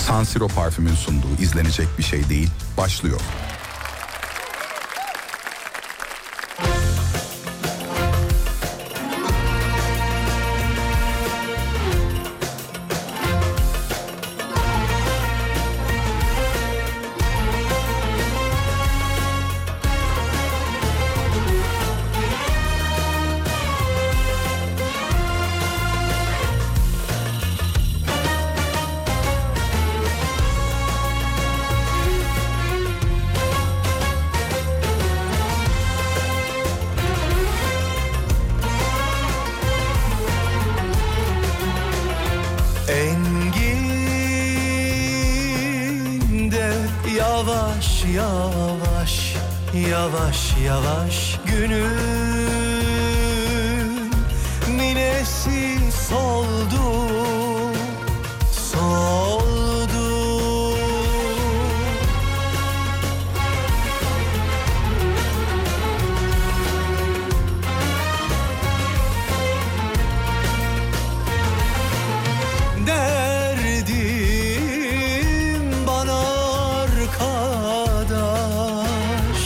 San Siro parfümün sunduğu izlenecek bir şey değil başlıyor. Yavaş yavaş günün minesi soldu, soldu. Derdim bana arkadaş,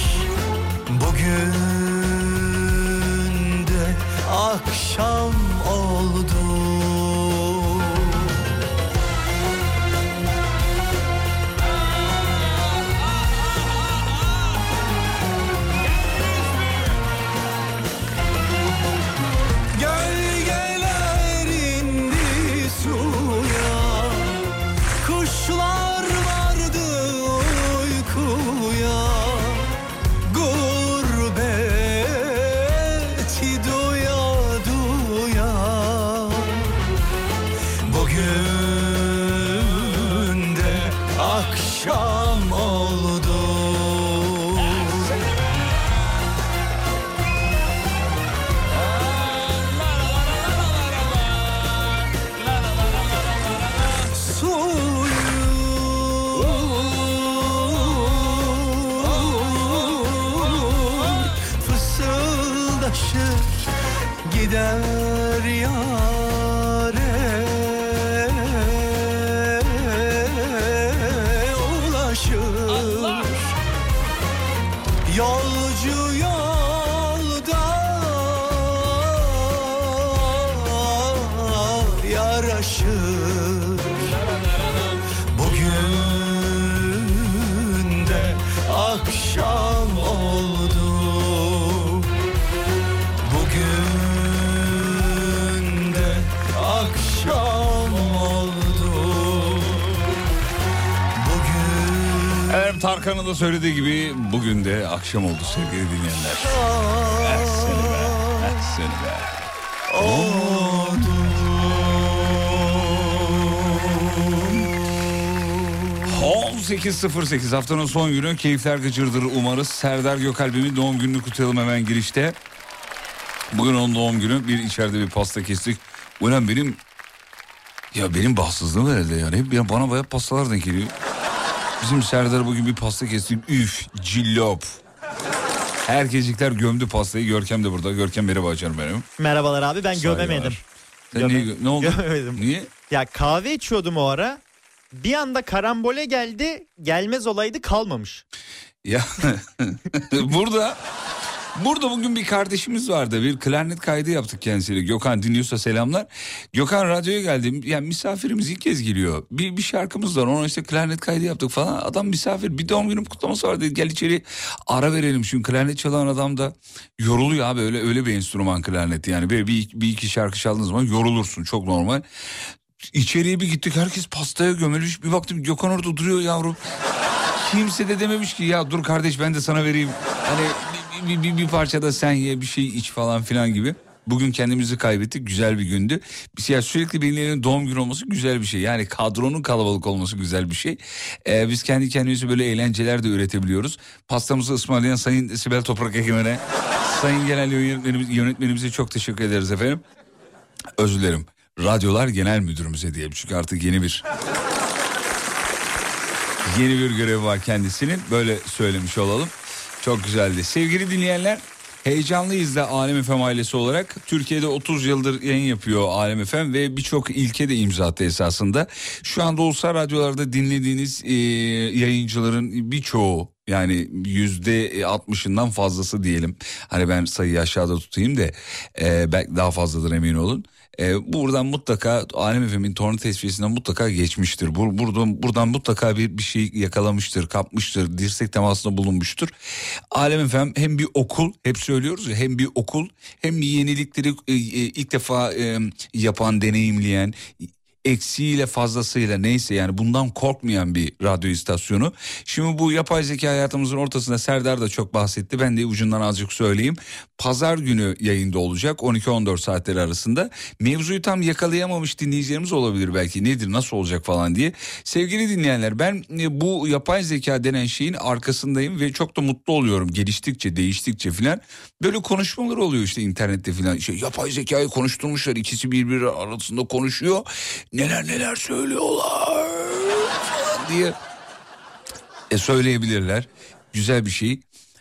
bugün de akşam oldu. Gölgeler indi suya, kuşlar vardı uykuya. Gurbeti duya duya, bugün de akşam oldu. Fısıldaşır gider yâre, ulaşır yolcu yolda yaraşır. Bugün de akşam oldu. Bugün de akşam oldu. Bugün... Evet, Tarkan'ın da söylediği gibi bugün de akşam oldu sevgili dinleyenler. Seni be, seni be. Oldu. 18.08 haftanın son günü, keyifler gıcırdır umarız. Serdar Gökalp'in doğum gününü kutlayalım hemen girişte. Bugün onun doğum günü, bir içeride bir pasta kestik. Ulan benim bahtsızlığım herhalde yani. Hep bana bayağı pastalar denk geliyor. Bizim Serdar bugün bir pasta kestik. Üf, cillop. Herkeslikler gömdü pastayı. Görkem de burada. Görkem merhaba canım benim. Merhabalar abi, ben gömemedim. Ne oldu? Gömemedim. Niye? Ya kahve içiyordum o ara. Bir anda karambole geldi. Gelmez olaydı kalmamış. Ya burada bugün bir kardeşimiz vardı. Bir klarnet kaydı yaptık kendisiyle. Gökhan dinliyorsa selamlar. Gökhan radyoya geldi. Yani misafirimiz ilk kez geliyor. Bir şarkımız var. Ona işte klarnet kaydı yaptık falan. Adam misafir. Bir doğum günüm kutlaması var dedi. Gel içeri ara verelim. Çünkü klarnet çalan adam da yoruluyor abi. Öyle bir enstrüman klarnet. Yani böyle bir iki şarkı çaldığın zaman yorulursun. Çok normal. İçeriye bir gittik. Herkes pastaya gömülmüş. Bir baktım Gökhan orada duruyor yavrum. Kimse de dememiş ki ya dur kardeş ben de sana vereyim. Hani bir parça da sen ye, bir şey iç falan filan gibi. Bugün kendimizi kaybettik. Güzel bir gündü. Sürekli birilerinin doğum günü olması güzel bir şey. Yani kadronun kalabalık olması güzel bir şey. Biz kendi kendimize böyle eğlenceler de üretebiliyoruz. Pastamızı ısmarlayan Sayın Sibel Toprak Egemen'e, Sayın Genel Yönetmenimize çok teşekkür ederiz efendim. Özür dilerim. Radyolar Genel Müdürümüze diyelim. Çünkü artık yeni bir görevi var kendisinin. Böyle söylemiş olalım. Çok güzeldi. Sevgili dinleyenler, Heyecanlıyız da Alem FM ailesi olarak. Türkiye'de 30 yıldır yayın yapıyor Alem FM ve birçok ilke de imza attı esasında. Şu anda ulusal radyolarda dinlediğiniz yayıncıların birçoğu, yani %60'ından fazlası diyelim. Hani ben sayıyı aşağıda tutayım da belki daha fazladır, emin olun. Buradan mutlaka Alem FM'in torna tesviyesinden mutlaka geçmiştir. Buradan mutlaka bir şey yakalamıştır, kapmıştır, dirsek temasında bulunmuştur. Alem FM hem bir okul, hep söylüyoruz ya, hem bir okul hem bir yenilikleri ilk defa yapan, deneyimleyen, eksiğiyle fazlasıyla neyse yani bundan korkmayan bir radyo istasyonu. Şimdi bu yapay zeka hayatımızın ortasında, Serdar da çok bahsetti, ben de ucundan azıcık söyleyeyim. Pazar günü yayında olacak 12-14 saatleri arasında. Mevzuyu tam yakalayamamış dinleyicilerimiz olabilir belki, nedir nasıl olacak falan diye. Sevgili dinleyenler, ben bu yapay zeka denen şeyin arkasındayım ve çok da mutlu oluyorum geliştikçe, değiştikçe filan. Böyle konuşmalar oluyor işte internette filan, işte yapay zekayı konuşturmuşlar, ikisi birbiri arasında konuşuyor. Neler söylüyorlar diye söyleyebilirler. Güzel bir şey.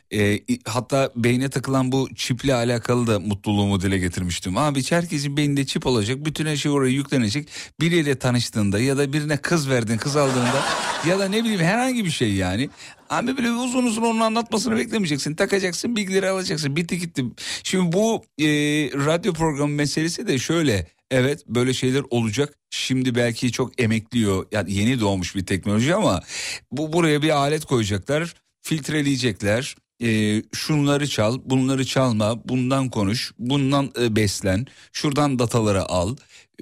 Hatta beyne takılan bu çiple alakalı da mutluluğumu dile getirmiştim. Abi herkesin beyninde çip olacak. Bütün her şey oraya yüklenecek. Biriyle tanıştığında ya da birine kız verdin, kız aldığında ya da ne bileyim herhangi bir şey yani. Abi böyle uzun onun anlatmasını beklemeyeceksin. Takacaksın, bilgileri alacaksın. Bitti gitti. Şimdi bu radyo programı meselesi de şöyle. Evet, böyle şeyler olacak. Şimdi belki çok emekliyor, yani yeni doğmuş bir teknoloji ama buraya bir alet koyacaklar, filtreleyecekler. Şunları çal, bunları çalma, bundan konuş, bundan beslen, şuradan dataları al.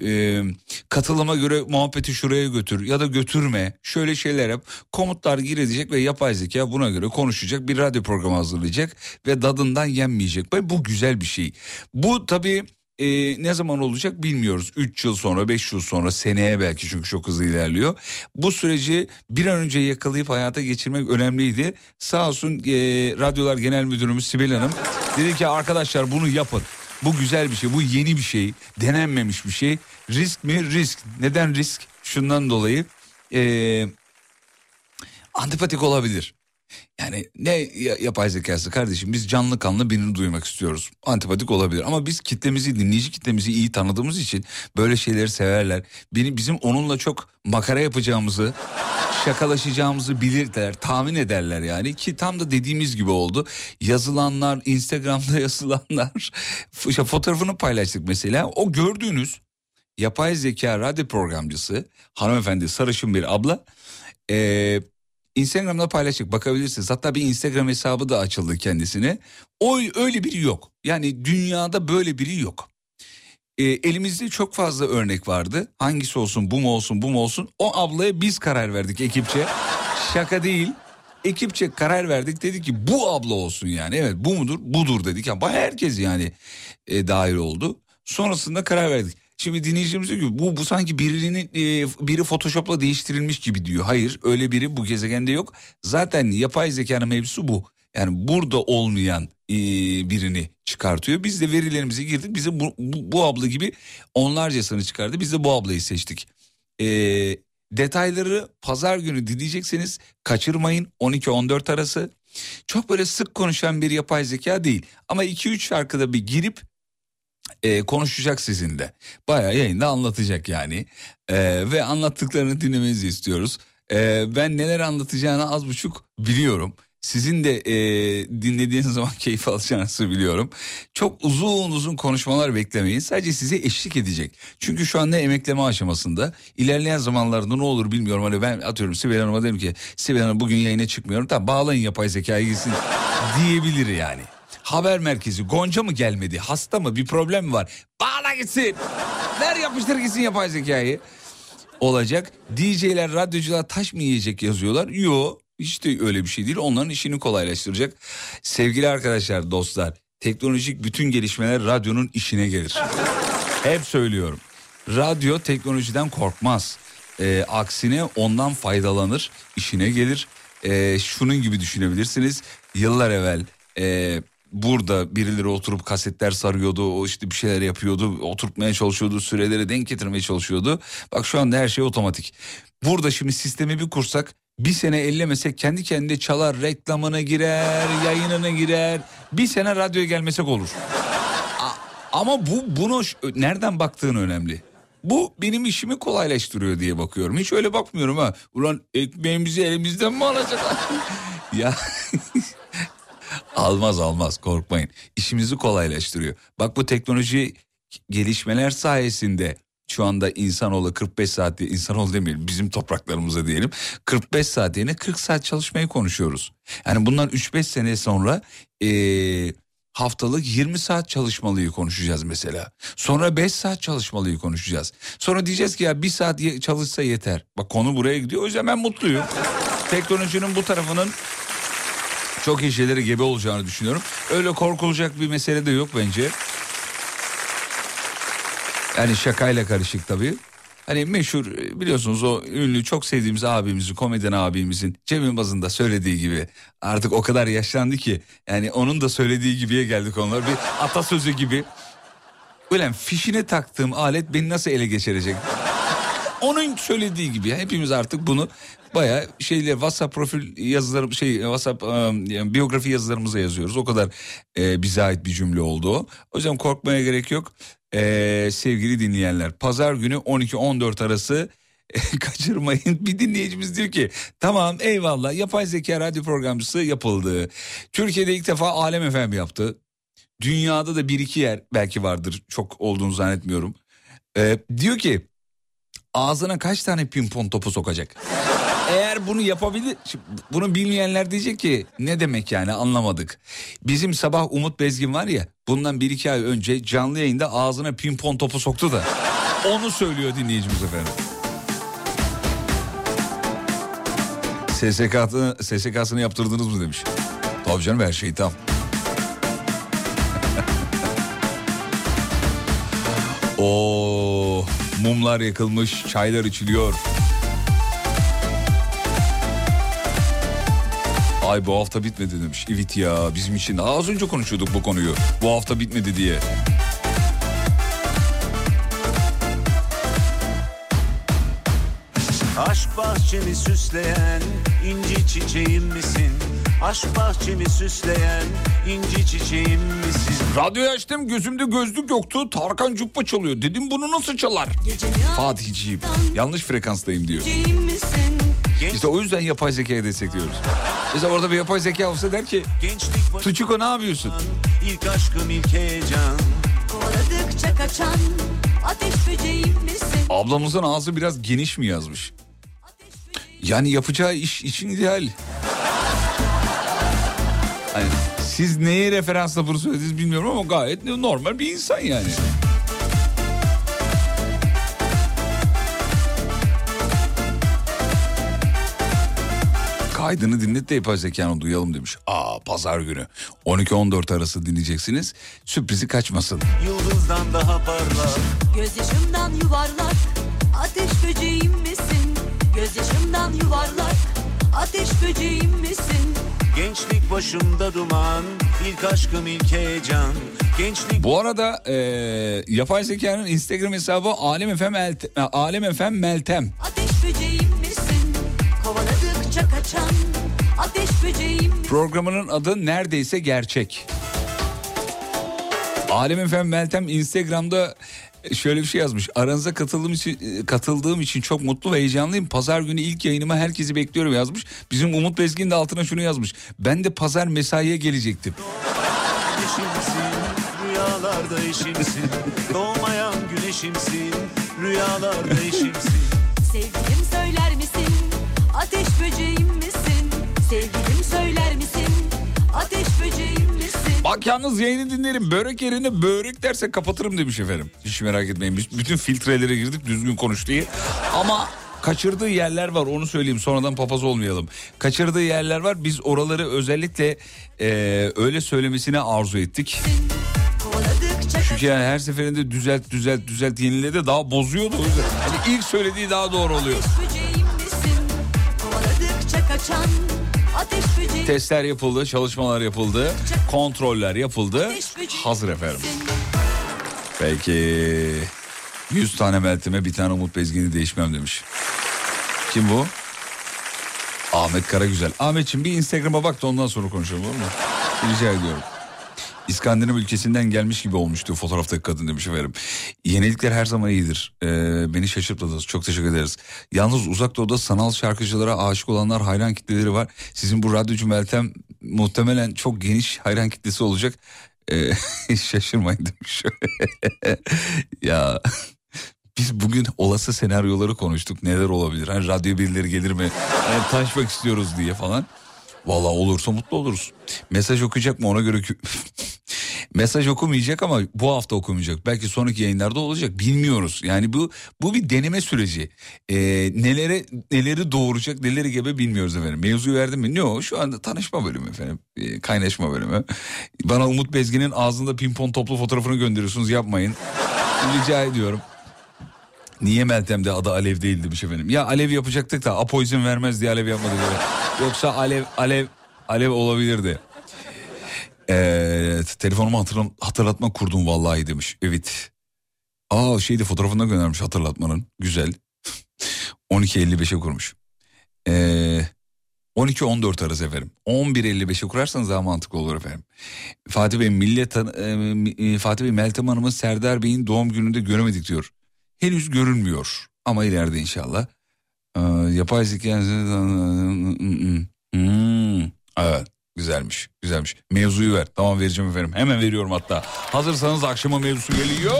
Katılıma göre muhabbeti şuraya götür ya da götürme, şöyle şeyler yap. Komutlar girecek ve yapay zeka buna göre konuşacak, bir radyo programı hazırlayacak ve dadından yenmeyecek. Bu güzel bir şey. Bu tabii ne zaman olacak bilmiyoruz. 3 yıl sonra, 5 yıl sonra, seneye belki, çünkü çok hızlı ilerliyor. Bu süreci bir an önce yakalayıp hayata geçirmek önemliydi. Sağ olsun Radyolar Genel Müdürümüz Sibel Hanım dedi ki arkadaşlar bunu yapın. Bu güzel bir şey, bu yeni bir şey, denenmemiş bir şey. Risk mi? Risk. Neden risk? Şundan dolayı antipatik olabilir. Yani ne yapay zekası kardeşim, biz canlı kanlı birini duymak istiyoruz. Antipatik olabilir ama biz kitlemizi, dinleyici kitlemizi iyi tanıdığımız için böyle şeyleri severler. Bizim onunla çok makara yapacağımızı, şakalaşacağımızı bilirler, tahmin ederler yani. Ki tam da dediğimiz gibi oldu. Yazılanlar, Instagram'da yazılanlar, fotoğrafını paylaştık mesela. O gördüğünüz yapay zeka radyo programcısı hanımefendi, sarışın bir abla, Instagram'da paylaştık, bakabilirsiniz. Hatta bir Instagram hesabı da açıldı kendisine. Öyle biri yok. Yani dünyada böyle biri yok. Elimizde çok fazla örnek vardı. Hangisi olsun, bu mu olsun, bu mu olsun? O ablaya biz karar verdik ekipçe. Şaka değil. Ekipçe karar verdik. Dedik ki bu abla olsun yani. Evet, bu mudur? Budur dedik. Yani herkes yani dahil oldu. Sonrasında karar verdik. Şimdi dinleyicilerimiz diyor ki bu sanki biri Photoshop'la değiştirilmiş gibi diyor. Hayır, öyle biri bu gezegende yok. Zaten yapay zekanın mevzusu bu. Yani burada olmayan birini çıkartıyor. Biz de verilerimizi girdik. Bize bu abla gibi onlarcasını çıkardı. Biz de bu ablayı seçtik. Detayları pazar günü dinleyecekseniz kaçırmayın. 12-14 arası. Çok böyle sık konuşan bir yapay zeka değil. Ama 2-3 şarkıda bir girip konuşacak sizinle. Bayağı yayında anlatacak yani. Ve anlattıklarını dinlemenizi istiyoruz. Ben neler anlatacağını az buçuk biliyorum. Sizin de dinlediğiniz zaman keyif alacağınızı biliyorum. Çok uzun konuşmalar beklemeyin. Sadece size eşlik edecek. Çünkü şu anda emekleme aşamasında. İlerleyen zamanlarda ne olur bilmiyorum. Hani ben atıyorum Sibel Hanım'a derim ki Sibel Hanım bugün yayına çıkmıyorum. Tamam, bağlayın yapay zekayı gitsin diyebilir yani. Haber merkezi, Gonca mı gelmedi, hasta mı, bir problem mi var? Bağla gitsin. Ver yapıştır gitsin yapay zekayı. Olacak. DJ'ler, radyocular taş mı yiyecek yazıyorlar. Yo, hiç de öyle bir şey değil. Onların işini kolaylaştıracak. Sevgili arkadaşlar, dostlar, teknolojik bütün gelişmeler radyonun işine gelir. Hep söylüyorum. Radyo teknolojiden korkmaz. Aksine ondan faydalanır, işine gelir. Şunun gibi düşünebilirsiniz. Yıllar evvel burada birileri oturup kasetler sarıyordu, o işte bir şeyler yapıyordu, oturtmaya çalışıyordu, süreleri denk getirmeye çalışıyordu. Bak şu anda her şey otomatik. Burada şimdi sistemi bir kursak bir sene ellemesek kendi kendine çalar, reklamına girer, yayınına girer. Bir sene radyoya gelmesek olur. Ama bunu nereden baktığın önemli. Bu benim işimi kolaylaştırıyor diye bakıyorum. Hiç öyle bakmıyorum ha. Ulan ekmeğimizi elimizden mi alacak? Ya almaz korkmayın. İşimizi kolaylaştırıyor. Bak bu teknoloji gelişmeler sayesinde şu anda insanoğlu 45 saat, insanoğlu demeyelim bizim topraklarımıza diyelim, 45 saat yerine 40 saat çalışmayı konuşuyoruz. Yani bundan 3-5 sene sonra haftalık 20 saat çalışmalıyı konuşacağız mesela. Sonra 5 saat çalışmalıyı konuşacağız. Sonra diyeceğiz ki ya 1 saat çalışsa yeter. Bak konu buraya gidiyor. O yüzden ben mutluyum. Teknolojinin bu tarafının çok iyi şeylere gebe olacağını düşünüyorum. Öyle korkulacak bir mesele de yok bence. Yani şakayla karışık tabii. Hani meşhur biliyorsunuz o ünlü çok sevdiğimiz abimizin, komedyen abimizin Cem Yılmaz'ın da söylediği gibi artık o kadar yaşlandı ki yani onun da söylediği gibiye geldik onlar. Bir atasözü gibi. Ulan fişine taktığım alet beni nasıl ele geçirecek? Onun söylediği gibi hepimiz artık bunu bayağı WhatsApp profil yazılarım WhatsApp biyografi yazılarımıza yazıyoruz. O kadar bize ait bir cümle oldu o. O yüzden korkmaya gerek yok. Sevgili dinleyenler, pazar günü 12-14 arası kaçırmayın. Bir dinleyicimiz diyor ki tamam eyvallah, yapay zeka radyo programcısı yapıldı. Türkiye'de ilk defa Alem FM yaptı. Dünyada da 1-2 yer belki vardır, çok olduğunu zannetmiyorum. Diyor ki ağzına kaç tane pimpon topu sokacak? Eğer bunu yapabilir, bunu bilmeyenler diyecek ki ne demek yani, anlamadık. Bizim sabah Umut Bezgin var ya, bundan 1-2 ay önce canlı yayında ağzına pimpon topu soktu da onu söylüyor dinleyicimiz efendim. SSK'sını yaptırdınız mı demiş. Tabii canım, her şey tam. Mumlar yakılmış, çaylar içiliyor. Ay bu hafta bitmedi demiş. Evet ya, bizim için az önce konuşuyorduk bu konuyu. Bu hafta bitmedi diye. Aşk bahçemi süsleyen inci çiçeğim misin? Aşk bahçemi süsleyen inci çiçeğim misin? Radyoyu açtım, gözümde gözlük yoktu. Tarkan Cuppa çalıyor. Dedim bunu nasıl çalar? Fatihciğim. Yanlış frekanstayım diyor. İşte o yüzden yapay zekayı destekliyoruz. Mesela orada bir yapay zeka olsa der ki Tuçuko ne yapıyorsun? İlk aşkım ilk heyecan. Kovaladıkça kaçan ateş böceğim misin? Ablamızın ağzı biraz geniş mi yazmış? Yani yapacağı iş için ideal. Hani siz neye referansla bunu söylediniz bilmiyorum ama gayet normal bir insan yani. Kaydını dinlet de yapay zekanı duyalım demiş. Pazar günü 12-14 arası dinleyeceksiniz. Sürprizi kaçmasın. Yıldızdan daha parlak. Gözyaşımdan yuvarlak ateş böceğim misin? Gözyaşımdan yuvarlak ateş böceğim misin? Gençlik başımda duman. İlk aşkım ilk heyecan. Gençlik... Bu arada yapay zekanın Instagram hesabı Alem FM Meltem. Ateş böceğim misin? Kovaladıkça kaçan ateş böceğim misin? Programının adı neredeyse gerçek. Alem FM Meltem Instagram'da şöyle bir şey yazmış. Aranıza katıldığım için çok mutlu ve heyecanlıyım. Pazar günü ilk yayınıma herkesi bekliyorum yazmış. Bizim Umut Bezgin de altına şunu yazmış. Ben de pazar mesaiye gelecektim. Eşimsin, rüyalarda eşimsin. Doğmayan güneşimsin, rüyalarda eşimsin. Sevgilim söyler misin? Ateş böceğim misin? Sevgilim söyler misin? Ateş böceğim misin? Bak yalnız yayını dinlerim. Börek yerine börek derse kapatırım demiş efendim. Hiç merak etmeyin. Biz bütün filtrelere girdik düzgün konuş diye. Ama kaçırdığı yerler var, onu söyleyeyim, sonradan papaz olmayalım. Kaçırdığı yerler var. Biz oraları özellikle öyle söylemesine arzu ettik. Çünkü yani her seferinde düzelt yenile de daha bozuyordu. O yüzden. Yani ilk söylediği daha doğru oluyor. Testler yapıldı, çalışmalar yapıldı, kontroller yapıldı. Hazır efendim. Peki 100 tane Meltem'e bir tane Umut Bezgin'i değişmem demiş. Kim bu? Ahmet Karagüzel. Ahmetciğim bir Instagram'a bak da ondan sonra konuşalım, olur mu? Rica ediyorum. İskandinav ülkesinden gelmiş gibi olmuştu fotoğraftaki kadın demiş efendim. Yenilikler her zaman iyidir. Beni şaşırtmadınız. Çok teşekkür ederiz. Yalnız Uzak Doğu'da sanal şarkıcılara aşık olanlar, hayran kitleleri var. Sizin bu radyocu Meltem muhtemelen çok geniş hayran kitlesi olacak. Şaşırmayın demiş. Ya biz bugün olası senaryoları konuştuk. Neler olabilir? Hani radyo birileri gelir mi? Yani tanışmak istiyoruz diye falan. Vallahi olursa mutlu oluruz. Mesaj okuyacak mı ona göre... Mesaj okumayacak ama bu hafta okumayacak. Belki sonraki yayınlarda olacak, bilmiyoruz. Yani bu bir deneme süreci. Neleri doğuracak, neleri gebe bilmiyoruz efendim. Mevzuyu verdim mi? Ne o? Şu anda tanışma bölümü efendim. Kaynaşma bölümü. Bana Umut Bezgin'in ağzında pimpon toplu fotoğrafını gönderiyorsunuz, yapmayın. Rica ediyorum. Niye Meltem'de adı Alev değil demiş efendim. Ya Alev yapacaktık da Apo izin vermez diye Alev yapmadık. Yoksa Alev olabilirdi. Telefonuma hatırlatma kurdum vallahi demiş. Evet. Fotoğrafını göndermiş hatırlatmanın. Güzel. 12.55'e kurmuş. 12-14 arası efendim. 11.55'e kurarsanız daha mantıklı olur efendim. Fatih Bey Meltem Hanım'ın Serdar Bey'in doğum gününde göremedik diyor. Henüz görünmüyor ama ileride inşallah. Yapay zeka... Evet, güzelmiş. Mevzuyu ver. Tamam, vereceğim efendim. Hemen veriyorum hatta. Hazırsanız akşama mevzusu geliyor.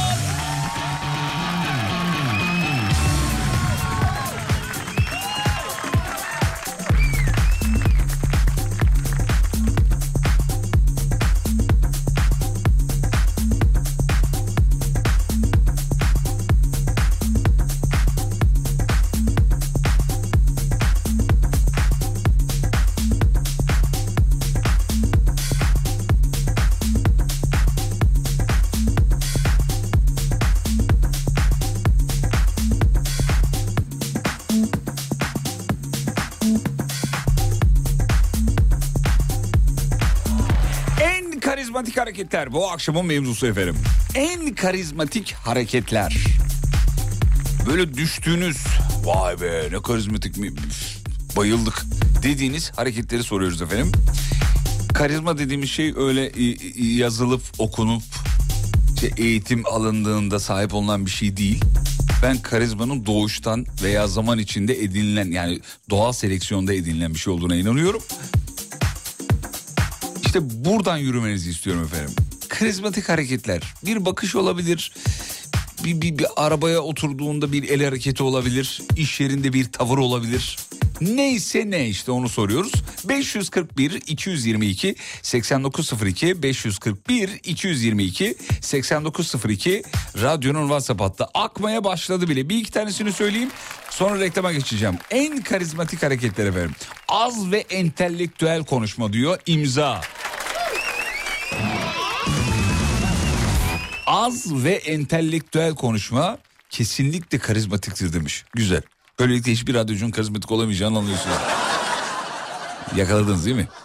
Karizmatik hareketler bu akşamın mevzusu efendim. En karizmatik hareketler. Böyle düştüğünüz, vay be ne karizmatik mi, bayıldık dediğiniz hareketleri soruyoruz efendim. Karizma dediğimiz şey öyle yazılıp okunup eğitim alındığında sahip olunan bir şey değil. Ben karizmanın doğuştan veya zaman içinde edinilen, yani doğal seleksiyonda edinilen bir şey olduğuna inanıyorum. İşte buradan yürümenizi istiyorum efendim. Karizmatik hareketler. Bir bakış olabilir. Bir arabaya oturduğunda bir el hareketi olabilir. İş yerinde bir tavır olabilir. Neyse ne işte onu soruyoruz. 541-222-8902 541-222-8902 radyonun WhatsApp hattı. Akmaya başladı bile. Bir iki tanesini söyleyeyim. Sonra reklama geçeceğim. En karizmatik hareketler efendim. Az ve entelektüel konuşma diyor imza. Az ve entelektüel konuşma kesinlikle karizmatiktir demiş. Güzel. Böylelikle hiçbir radyocunun karizmatik olamayacağını anlıyorsunuz. Yakaladınız değil mi?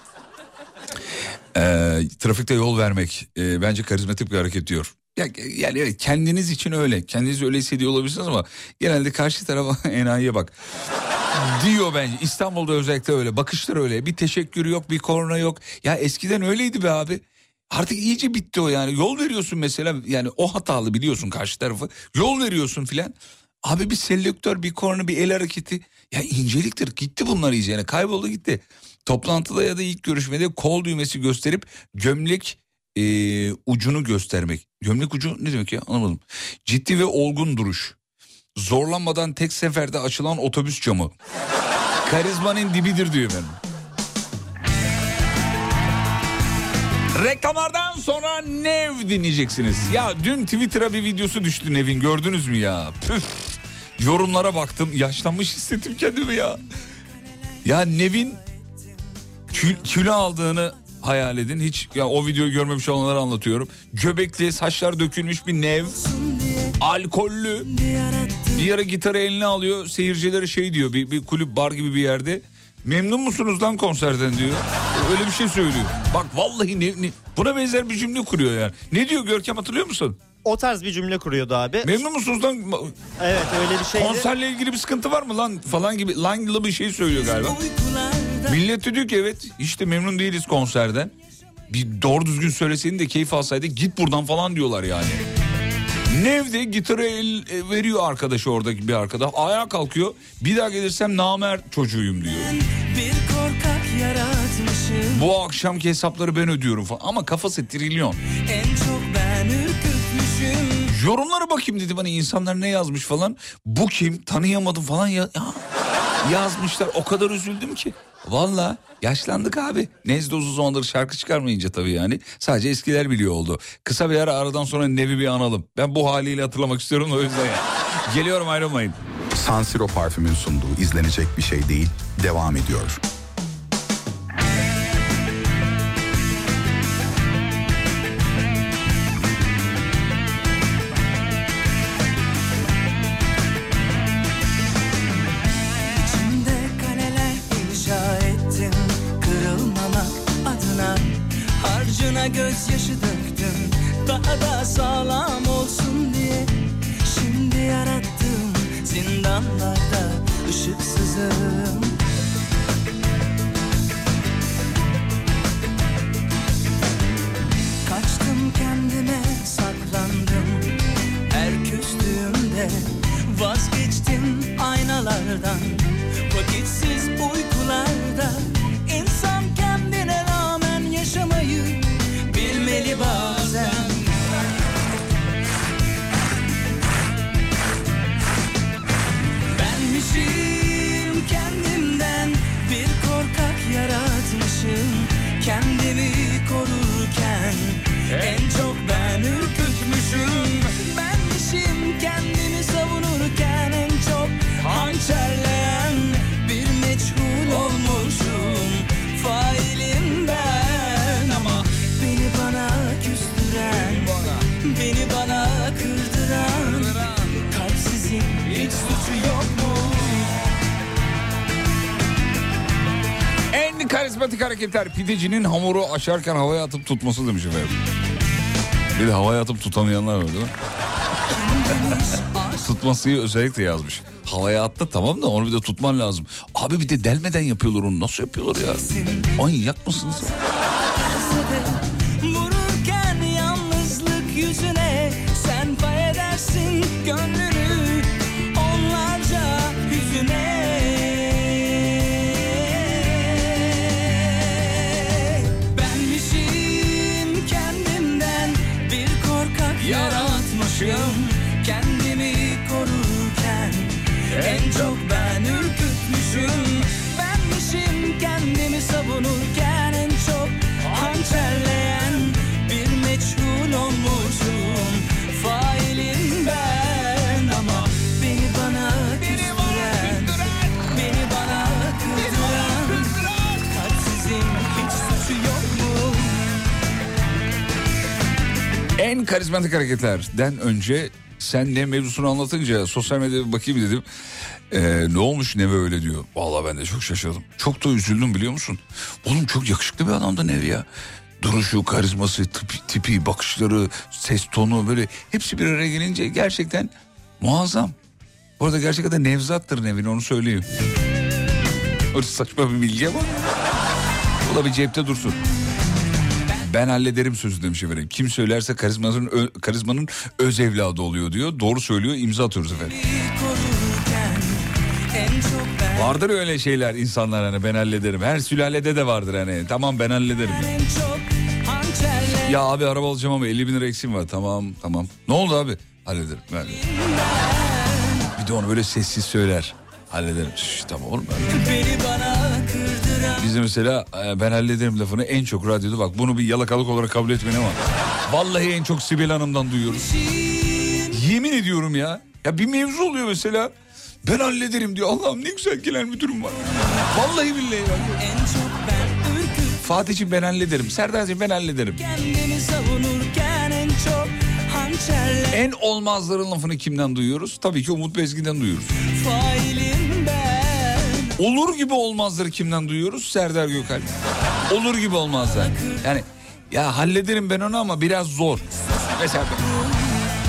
Trafikte yol vermek bence karizmatik bir hareket diyor. Yani evet, kendiniz için öyle. Kendinizi öyle hissediyor olabilirsiniz ama genelde karşı tarafa enayiye bak diyor bence. İstanbul'da özellikle öyle. Bakışlar öyle. Bir teşekkür yok, bir korna yok. Ya eskiden öyleydi be abi. Artık iyice bitti o yani. Yol veriyorsun mesela, yani o hatalı biliyorsun karşı tarafı. Yol veriyorsun filan. Abi bir selektör, bir korna, bir el hareketi. Ya inceliktir. Gitti bunlar iyice. Yani kayboldu gitti. Toplantıda ya da ilk görüşmede kol düğmesi gösterip gömlek ucunu göstermek. Gömlek ucu ne demek ya, anlamadım. Ciddi ve olgun duruş. Zorlanmadan tek seferde açılan otobüs camı. Karizmanın dibidir diyor benim. Reklamlardan sonra Nev dinleyeceksiniz. Ya dün Twitter'a bir videosu düştü Nev'in, gördünüz mü ya? Püf. Yorumlara yaşlanmış hissettim kendimi ya. Ya Nev'in kilo aldığını hayal edin. Hiç ya o videoyu görmemiş olanlara anlatıyorum. Göbekli, saçlar dökülmüş bir Nev. Alkollü. Bir ara gitarı eline alıyor. Seyircilere diyor, bir kulüp bar gibi bir yerde. Memnun musunuz lan konserden diyor. Öyle bir şey söylüyor. Bak vallahi buna benzer bir cümle kuruyor yani. Ne diyor Görkem, hatırlıyor musun? O tarz bir cümle kuruyordu abi. Memnun musunuz lan? Evet, öyle bir şeydi. Konserle ilgili bir sıkıntı var mı lan falan gibi lanlı bir şey söylüyor galiba. Millet de diyor ki evet işte memnun değiliz konserden. Bir doğru düzgün söyleseydin de keyif alsaydı git buradan falan diyorlar yani. Nev'de gitarı veriyor arkadaşı, oradaki bir arkadaş. Ayağa kalkıyor. Bir daha gelirsem namert çocuğuyum diyor. Bir korkak yaratmışım. Bu akşamki hesapları ben ödüyorum falan. Ama kafası trilyon. En çok ben ürkütmüşüm. Yorumlara bakayım dedim, hani insanlar ne yazmış falan. Bu kim, tanıyamadım falan yazmışlar. O kadar üzüldüm ki. Valla yaşlandık abi. Nezle uzun zamandır şarkı çıkarmayınca tabii yani. Sadece eskiler biliyor oldu. Kısa bir aradan sonra Nev'i bir analım. Ben bu haliyle hatırlamak istiyorum o yüzden ya. Geliyorum, ayrılmayın. San Siro parfümün sunduğu izlenecek bir şey değil, devam ediyor. Gözyaşı döktüm daha da sağlam olsun diye. Şimdi yarattım zindanlarda ışıksızım. Kaçtım kendime saklandım her küstüğümde. Vazgeçtim aynalardan vakitsiz uykularda. İnsan kendine rağmen yaşamayı bilmeli bazen. Benmişim kendimden bir korkak yaratmışım. Kendimi korurken en çok ben ürkütmüşüm. Benmişim kendimi savunurken en çok hançerleyen bir meçhul olmuşum. Failim ben ama beni bana küstüren, beni bana kırdıran kalpsizin hiç suçu yok mu? En karizmatik hareketler pidecinin hamuru açarken havaya atıp tutması demiş efendim. Bir de havaya atıp tutamayanlar var değil mi? Tutmasıyı özellikle yazmış. Havaya attı tamam da onu bir de tutman lazım. Abi bir de delmeden yapıyorlar onu. Nasıl yapıyorlar ya? Manyak mısınız? Vururken yalnızlık yüzüne sen pay edersin gönlünü onlarca yüzüne. Benmişim kendimden bir korkak yaratmışım. Kendimi korurken en çok ben ürkütmüşüm. Benmişim kendimi savunurken en çok hançerleyen bir meçhul olmuşum. Failim ben ama beni bana küstüren, beni bana kırdıran kalpsizin hiç suçu yok mu? En karizmatik hareketlerden önce sen ne mevzusunu anlatınca sosyal medyada bir bakayım dedim. Ne olmuş Nevi öyle diyor. Vallahi ben de çok şaşırdım. Çok da üzüldüm biliyor musun? Oğlum çok yakışıklı bir adamdı Nevi ya. Duruşu, karizması, tipi, bakışları, ses tonu böyle hepsi bir araya gelince gerçekten muazzam. Bu arada gerçekten Nevzat'tır Nevi'nin, onu söyleyeyim. Öyle saçma bir bilgi ama o da bir cepte dursun. Ben hallederim sözü demiş efendim. Kim söylerse karizmanın öz evladı oluyor diyor. Doğru söylüyor, imza atıyoruz efendim. Vardır öyle şeyler insanlar, hani ben hallederim. Her sülalede de vardır hani. Tamam ben hallederim. Ya abi araba alacağım ama 50 bin lira eksiğim var. Tamam. Ne oldu abi? Hallederim. Bir de onu böyle sessiz söyler. Hallederim. Tamam oğlum ben. Biz de mesela ben hallederim lafını en çok radyoda, bak bunu bir yalakalık olarak kabul etmeyin ama vallahi en çok Sibel Hanım'dan duyuyoruz. Yemin ediyorum ya. Ya bir mevzu oluyor mesela. Ben hallederim diyor. Allah'ım ne güzel genel müdürüm var. Vallahi billahi bak. Fatih'ciğim ben hallederim. Serdar'cığım ben hallederim. En olmazların lafını kimden duyuyoruz? Tabii ki Umut Bezgin'den duyuyoruz. Olur gibi olmazları kimden duyuyoruz? Serdar Gökalp. Olur gibi olmazlar. Yani ya hallederim ben onu ama biraz zor. Mesela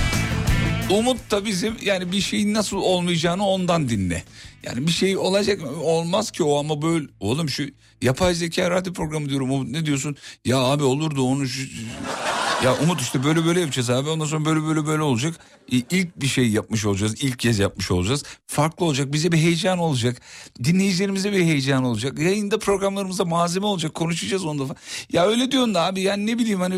Umut da bizim, yani bir şeyin nasıl olmayacağını ondan dinle. Yani bir şey olacak mı? Olmaz ki o, ama böyle. Oğlum şu yapay zeka radyo programı diyorum. Umut ne diyorsun? Ya abi olur da onu ya Umut işte böyle yapacağız abi. Ondan sonra böyle olacak. İlk bir şey yapmış olacağız. İlk kez yapmış olacağız. Farklı olacak. Bize bir heyecan olacak. Dinleyicilerimize bir heyecan olacak. Yayında programlarımıza malzeme olacak. Konuşacağız onda falan. Ya öyle diyorsun da abi, yani ne bileyim hani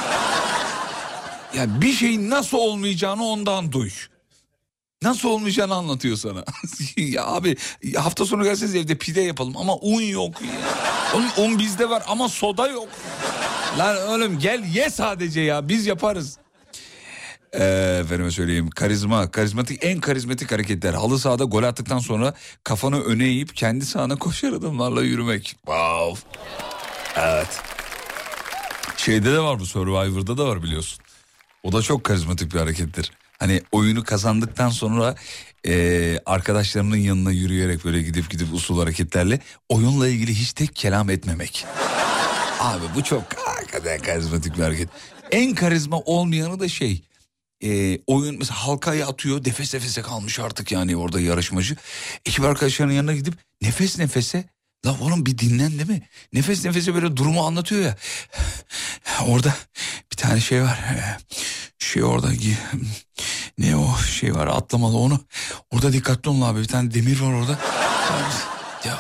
ya bir şeyin nasıl olmayacağını ondan duy. Nasıl olmayacağını anlatıyor sana. Ya abi hafta sonu gelseniz evde pide yapalım ama un yok. Oğlum un bizde var ama soda yok. Lan oğlum gel ye sadece ya, biz yaparız. Efendime söyleyeyim, en karizmatik hareketler. Halı sahada gol attıktan sonra kafanı öne eğip kendi sahana koşar adımlarla yürümek. Wow. Evet. Şeyde de var bu, Survivor'da da var biliyorsun. O da çok karizmatik bir harekettir. Hani oyunu kazandıktan sonra arkadaşlarının yanına yürüyerek böyle gidip usul hareketlerle oyunla ilgili hiç tek kelam etmemek. Abi bu çok karizmatik bir hareket. En karizma olmayanı da oyun mesela halkaya atıyor, nefes nefese kalmış artık yani orada yarışmacı. Ekip arkadaşlarının yanına gidip nefes nefese, la oğlum bir dinlen değil mi? Nefes nefese böyle durumu anlatıyor ya. Orada bir tane şey var. Orada ne o şey var, atlamalı onu. Orada dikkatli olun abi, bir tane demir var orada. Ya.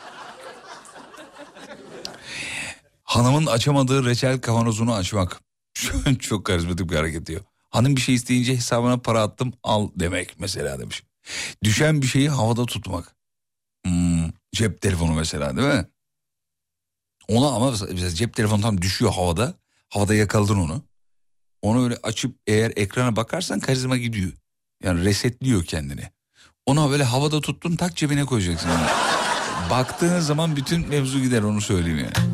Hanımın açamadığı reçel kavanozunu açmak. Çok karizmatik bir hareket diyor. Hanım bir şey isteyince hesabına para attım al demek mesela demiş. Düşen bir şeyi havada tutmak. Cep telefonu mesela değil mi? Ona ama mesela cep telefonu tam düşüyor havada. Havada yakaladın onu. Onu öyle açıp eğer ekrana bakarsan karizma gidiyor. Yani resetliyor kendini. Onu böyle havada tuttun, tak cebine koyacaksın. Yani. Baktığın zaman bütün mevzu gider, onu söyleyeyim yani.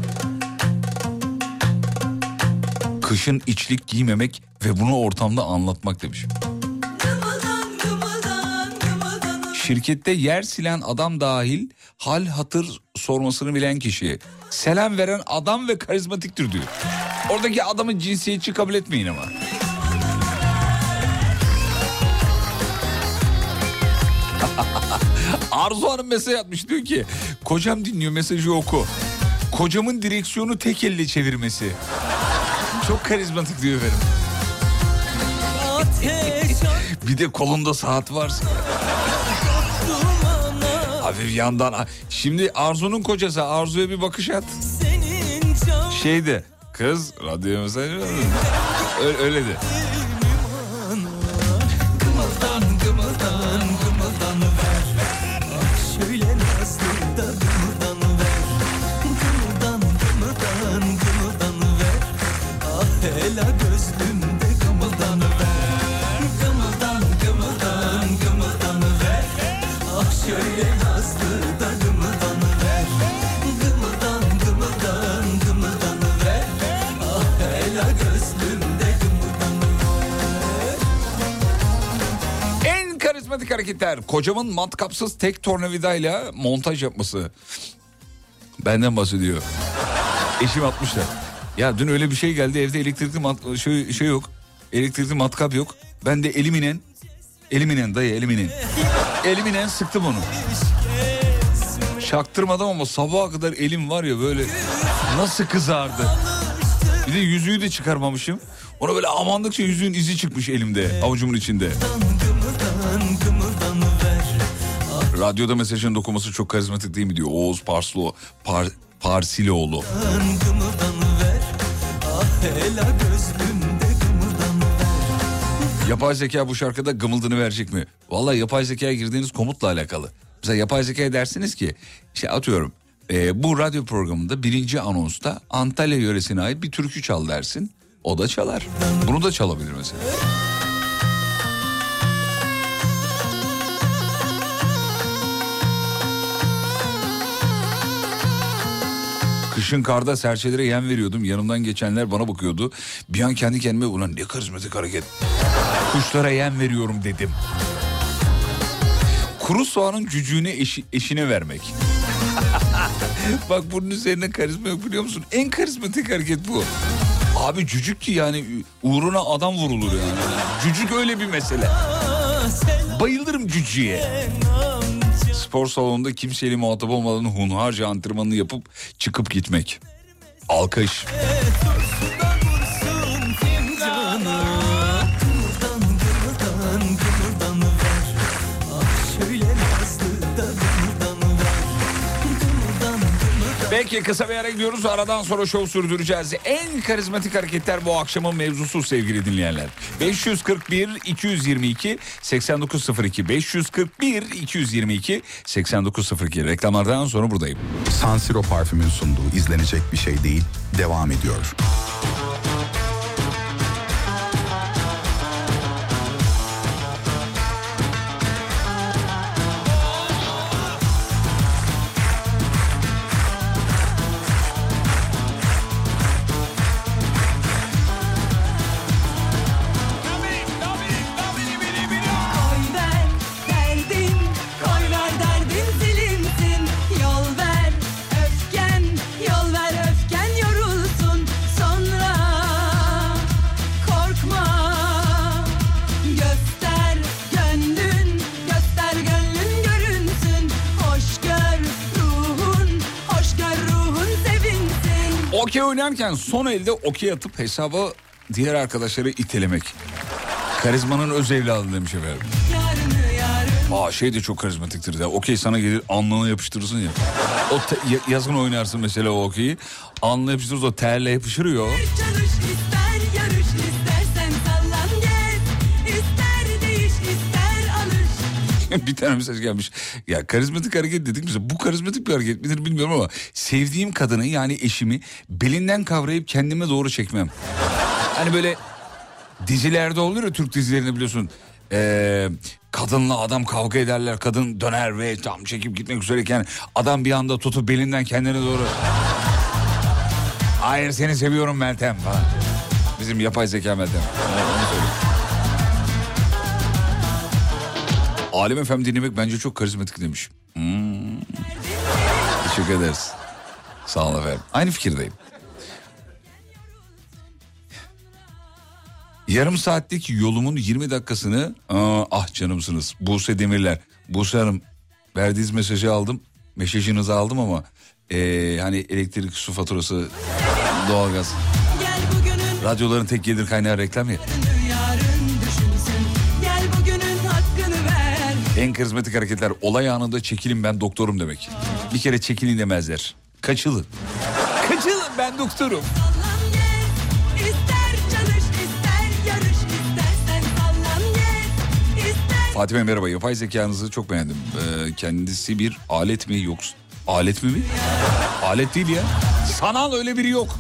Kışın içlik giymemek ve bunu ortamda anlatmak demiş. Şirkette yer silen adam dahil hal hatır sormasını bilen kişi. Selam veren adam ve karizmatiktir diyor. Oradaki adamı cinsiyetçi kabul etmeyin ama. Arzu Hanım mesaj atmış, diyor ki kocam dinliyor, mesajı oku. Kocamın direksiyonu tek elle çevirmesi. Çok karizmatik diyor efendim. Bir de kolunda saat varsa. Hafif yandan. Şimdi Arzu'nun kocası, Arzu'ya bir bakış at. Şeyde kız radyo mesajı öyle de. Gımıldan ver. Şöyle nazlı da gımıldan ver. Gımıldan ver. Ah hela gözlümde gımıldan ver. Gımıldan ver. Ah şöyle nazlı da gımıldan ver. Gımıldan ver. Ah hela gözlümde gımıldan ver. En karizmatik hareketler. Kocamın matkapsız tek tornavidayla montaj yapması. Benden bahsediyor. Eşim atmışlar. Ya dün öyle bir şey geldi, evde elektrikli şey yok. Elektrikli matkap yok. Ben de eliminen sıktım onu. Çaktırmadım ama sabaha kadar elim var ya böyle nasıl kızardı. Bir de yüzüğü de çıkarmamışım. Ona böyle amandıkça yüzüğün izi çıkmış elimde, avucumun içinde. Radyoda mesajın dokunması çok karizmatik değil mi diyor Oğuz Parsiloğlu. Yapay zeka bu şarkıda gımıldını verecek mi? Vallahi yapay zekaya girdiğiniz komutla alakalı. Mesela yapay zekaya dersiniz ki atıyorum bu radyo programında birinci anonsta Antalya yöresine ait bir türkü çal dersin. O da çalar. Bunu da çalabilir mesela. Kışın karda serçelere yem veriyordum. Yanımdan geçenler bana bakıyordu. Bir an kendi kendime ulan ne karizmatik hareket. Kuşlara yem veriyorum dedim. Kuru soğanın cücüğünü eşine vermek. Bak bunun üzerine karizma yok biliyor musun? En karizmatik hareket bu. Abi cücük ki yani uğruna adam vurulur yani. Cücük öyle bir mesele. Bayılırım cücüğe. Spor salonunda kimseyle muhatap olmadan hunharca antrenmanını yapıp çıkıp gitmek. Alkış. Peki kısa bir ara gidiyoruz. Aradan sonra şov sürdüreceğiz. En karizmatik hareketler bu akşamın mevzusu sevgili dinleyenler. 541-222-8902 541-222-8902 reklamlardan sonra buradayım. San Siro parfümün sunduğu izlenecek bir şey değil devam ediyor. Okey oynarken son elde okey atıp hesaba diğer arkadaşları itelemek. Karizmanın öz evladı demiş efendim. Şey de çok karizmatiktir de. Okey sana gelir alnına yapıştırırsın ya. O yazın oynarsın mesela o okeyi. Alnına yapıştırırsın o terle yapışırıyor. Çalış ister yarış istersen sallan gez. İster değiş ister alış. Bir tane mesaj gelmiş. Ya karizmatik hareket dedik bize. Bu karizmatik bir hareket midir bilmiyorum ama sevdiğim kadını yani eşimi belinden kavrayıp kendime doğru çekmem. Hani böyle dizilerde olur ya, Türk dizilerinde biliyorsun. Kadınla adam kavga ederler. Kadın döner ve tam çekip gitmek üzereyken adam bir anda tutup belinden kendine doğru. Hayır seni seviyorum Meltem falan. Bizim yapay zeka Meltem. Onu söyleyeyim. Alem FM dinlemek bence çok karizmatik demiş. Teşekkür ederiz. Sağ olun efendim. Aynı fikirdeyim. Yarım saatlik yolumun 20 dakikasını... ah canımsınız. Buse Demirler. Buse Hanım, verdiğiniz mesajı aldım. Mesajınızı aldım ama... hani elektrik, su faturası, doğalgaz. Radyoların tek gelir kaynağı reklam ya. En karizmatik hareketler olay anında çekilin ben doktorum demek. Bir kere çekilin demezler. Kaçılın. Kaçılın ben doktorum. Fatih Bey merhaba, yapay zekanızı çok beğendim. Kendisi bir alet mi yoksa... Alet mi? Alet değil ya. Sanal öyle biri yok.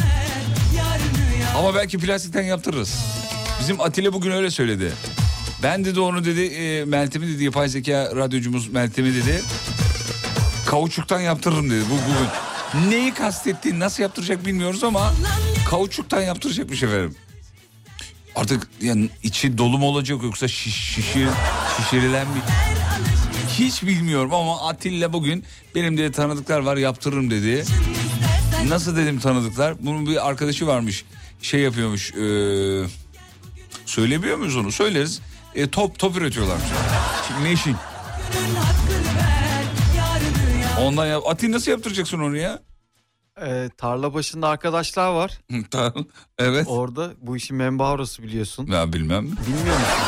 Ama belki plastikten yaptırırız. Bizim Atilla bugün öyle söyledi. Ben dedi onu dedi Meltem'i dedi, yapay zeka radyocumuz Meltem'i dedi kauçuktan yaptırırım dedi bugün. Neyi kastettiğini nasıl yaptıracak bilmiyoruz ama kauçuktan yaptıracakmış efendim. Artık yani içi dolu mu olacak yoksa şişirilen mi? Hiç bilmiyorum ama Atilla bugün benim de tanıdıklar var yaptırırım dedi. Nasıl dedim tanıdıklar? Bunun bir arkadaşı varmış. Şey yapıyormuş. Söylemiyor muyuz onu? Söyleriz. Top üretiyorlarmış. Şimdi ne işin? Ondan yap. Atilla nasıl yaptıracaksın onu ya? Tarla başında arkadaşlar var. Evet. Orada bu işin menbaı orası biliyorsun. Ben bilmem. Bilmiyor musun?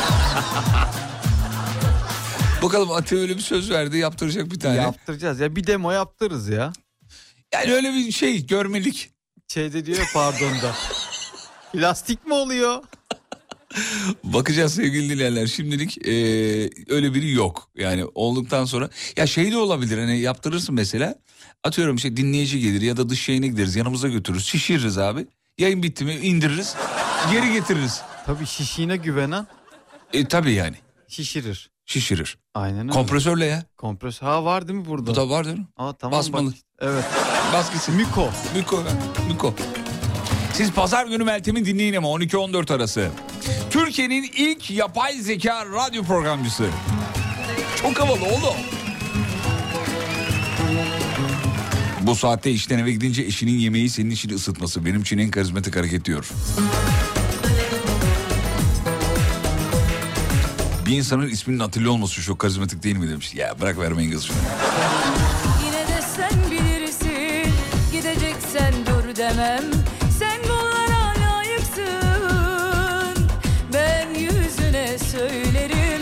Bakalım Atilla öyle bir söz verdi, yaptıracak bir tane. Yaptıracağız ya, bir demo yaptırırız ya. Yani öyle bir şey görmelik. Şeyde diyor ya, pardon da. Plastik mi oluyor? Bakacağız sevgili dinleyenler. Şimdilik öyle biri yok. Yani olduktan sonra ya şey de olabilir, hani yaptırırsın mesela. Atıyorum işte dinleyici gelir ya da dış yayına gideriz, yanımıza götürürüz, şişiririz abi. Yayın bitti mi indiririz, geri getiririz. Tabii şişiğine güvenen. Tabii yani. Şişirir. Şişirir. Aynen öyle. Kompresörle ya. Kompresör. Ha var değil mi burada? Bu da var değil mi? Aa tamam. Basmalı. Bak. Evet. Bas gitsin. Miko. Siz pazar günü Meltem'i dinleyin ama 12-14 arası. Türkiye'nin ilk yapay zeka radyo programcısı. Çok havalı oğlum. Bu saatte işten eve gidince eşinin yemeği senin için ısıtması benim için en karizmatik hareket diyor. Bir insanın isminin Atilla olması çok karizmatik değil mi demiş. Ya bırak vermeyin kız şunu. Yine de sen bilirsin, gideceksen dur demem. Sen bunlara layıksın, ben yüzüne söylerim.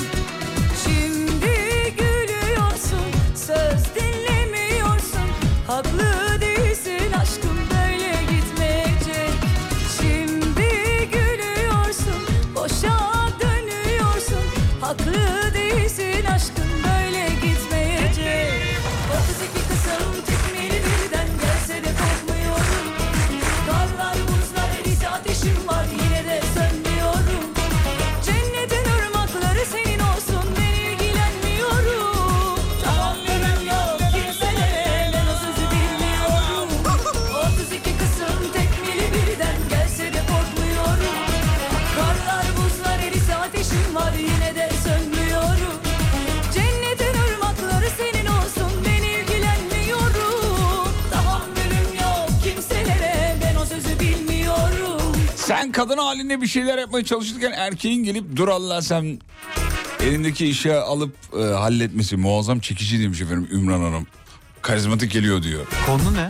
Şimdi gülüyorsun, söz dinlemiyorsun. Haklı değilsin aşkım, böyle gitmeyecek. Şimdi gülüyorsun, boşa dönüyorsun. Haklı değilsin aşkım, böyle gitmeyecek. 32 Kasım tekmili birden gelse de korkmuyorum. Karlar buzlar eridi, ateşim var yine de sönmüyorum. Cennetin ırmakları senin olsun, ben ilgilenmiyorum. Tahammülüm yok kimselere, ben o sözü bilmiyorum. 32 Kasım tekmili birden gelse de korkmuyorum. Karlar buzlar eridi, ateşim var yine de sönmüyorum. Cennetin ırmakları senin olsun, ben ilgilenmiyorum. Tahammülüm yok kimselere, ben o sözü bilmiyorum. Sen kadın haline bir şeyler yapmaya çalışırken erkeğin gelip dur Allah sen elindeki işe alıp halletmesi muazzam çekici demiş efendim Ümran Hanım. Karizmatik geliyor diyor. Konu ne?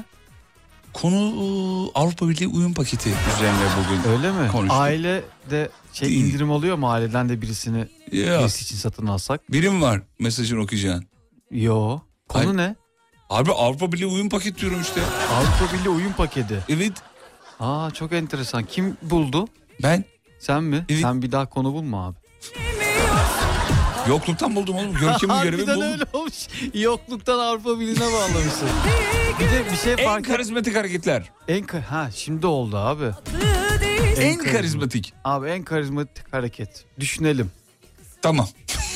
Konu Avrupa Birliği uyum paketi üzerine bugün Öyle mi? konuştuk. Ailede Değil. indirim oluyor mu, aileden de birisini Ya, birisi için satın alsak? birim var mesajını okuyacaksın. Yo. Konu Ay- ne? Abi Avrupa Birliği uyum paketi diyorum işte. Avrupa Birliği uyum paketi. Evet Aa, çok enteresan. Kim buldu? ben Sen mi? Evet. Sen bir daha konu bulma abi. yokluktan buldum oğlum. Görkem'in görevi Harbiden buldum. öyle olmuş. Yokluktan Avrupa Birliği'ne bağlamışsın. Bir de bir şey En fark et. karizmatik hareketler. Ha, şimdi oldu abi. Haklı değilsin. En karizmatik. Abi en karizmatik hareket. Düşünelim. Tamam.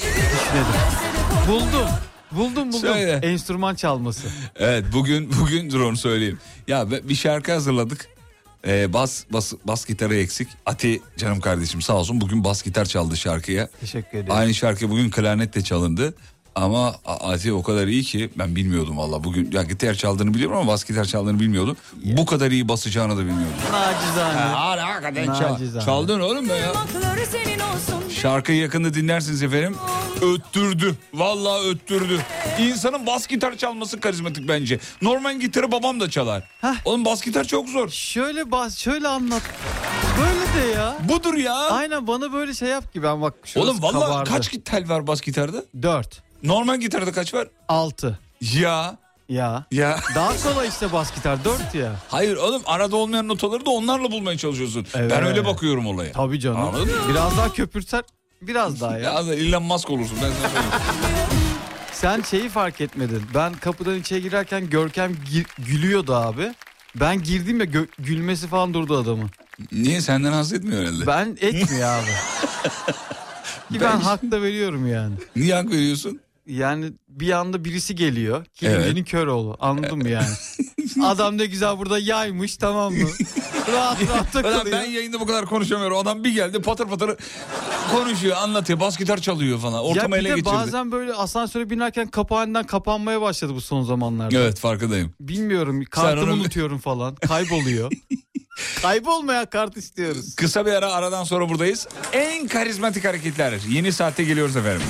Buldum. Söyle. Enstrüman çalması. Evet bugün dur onu söyleyeyim. Ya bir şarkı hazırladık. Bas gitarı eksik. Ati canım kardeşim sağ olsun bugün bas gitar çaldı şarkıya. Teşekkür ederim. Aynı şarkı bugün klarnet de çalındı. Ama Ati o kadar iyi ki ben bilmiyordum valla. Bugün ya gitar çaldığını biliyorum ama bas gitar çaldığını bilmiyordum. Bu kadar iyi basacağını da bilmiyordum. Nacizane. Hakikaten Nacizane. çaldın oğlum be ya. Irmakları senin olsun. Şarkıyı yakında dinlersiniz efendim. Öttürdü. Vallahi öttürdü. İnsanın bas gitar çalması karizmatik bence. Normal gitarı babam da çalar. Hah. Oğlum bas gitar çok zor. Şöyle anlat. Böyle de ya. Budur ya. Aynen, bana böyle şey yap ki ben bak. şurası Oğlum vallahi kabardı. kaç tel var bas gitarda? 4. Normal gitarda kaç var? 6. Ya. Ya. Daha kolay işte bas gitar 4 ya. Hayır oğlum arada olmayan notaları da onlarla bulmaya çalışıyorsun. Evet. Ben öyle bakıyorum olaya. Tabii canım. Anladın mı? Biraz daha köpürtsen biraz daha ya. Ya da Elon Musk olursun ben sana söyleyeyim. Sen şeyi fark etmedin. Ben kapıdan içeri girerken Görkem gülüyordu abi. Ben girdim ya gülmesi falan durdu adamın. Niye senden haz etmiyor herhalde? Ben etmiyor abi. Ki ben hak da veriyorum yani. Niye hak veriyorsun? Yani bir anda birisi geliyor. Kilimcinin Evet. kör oğlu. Anladın mı yani? Adam ne güzel burada yaymış, tamam mı? Rahat Ulan takılıyor. ben yayında bu kadar konuşamıyorum. Adam bir geldi patır patır konuşuyor, anlatıyor. Bas gitar çalıyor falan. Ortamı Ya ele bir de geçirdi. bazen böyle asansöre binerken kapağından kapanmaya başladı bu son zamanlarda. Evet farkındayım. Bilmiyorum, Sen kartımı onu- unutuyorum falan. Kayboluyor. Kaybolmayan kart istiyoruz. Kısa bir aradan sonra buradayız. En karizmatik hareketler. Yeni saatte geliyoruz efendim.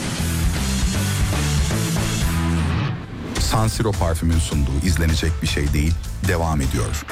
San Siro parfümün sunduğu izlenecek bir şey değil devam ediyor.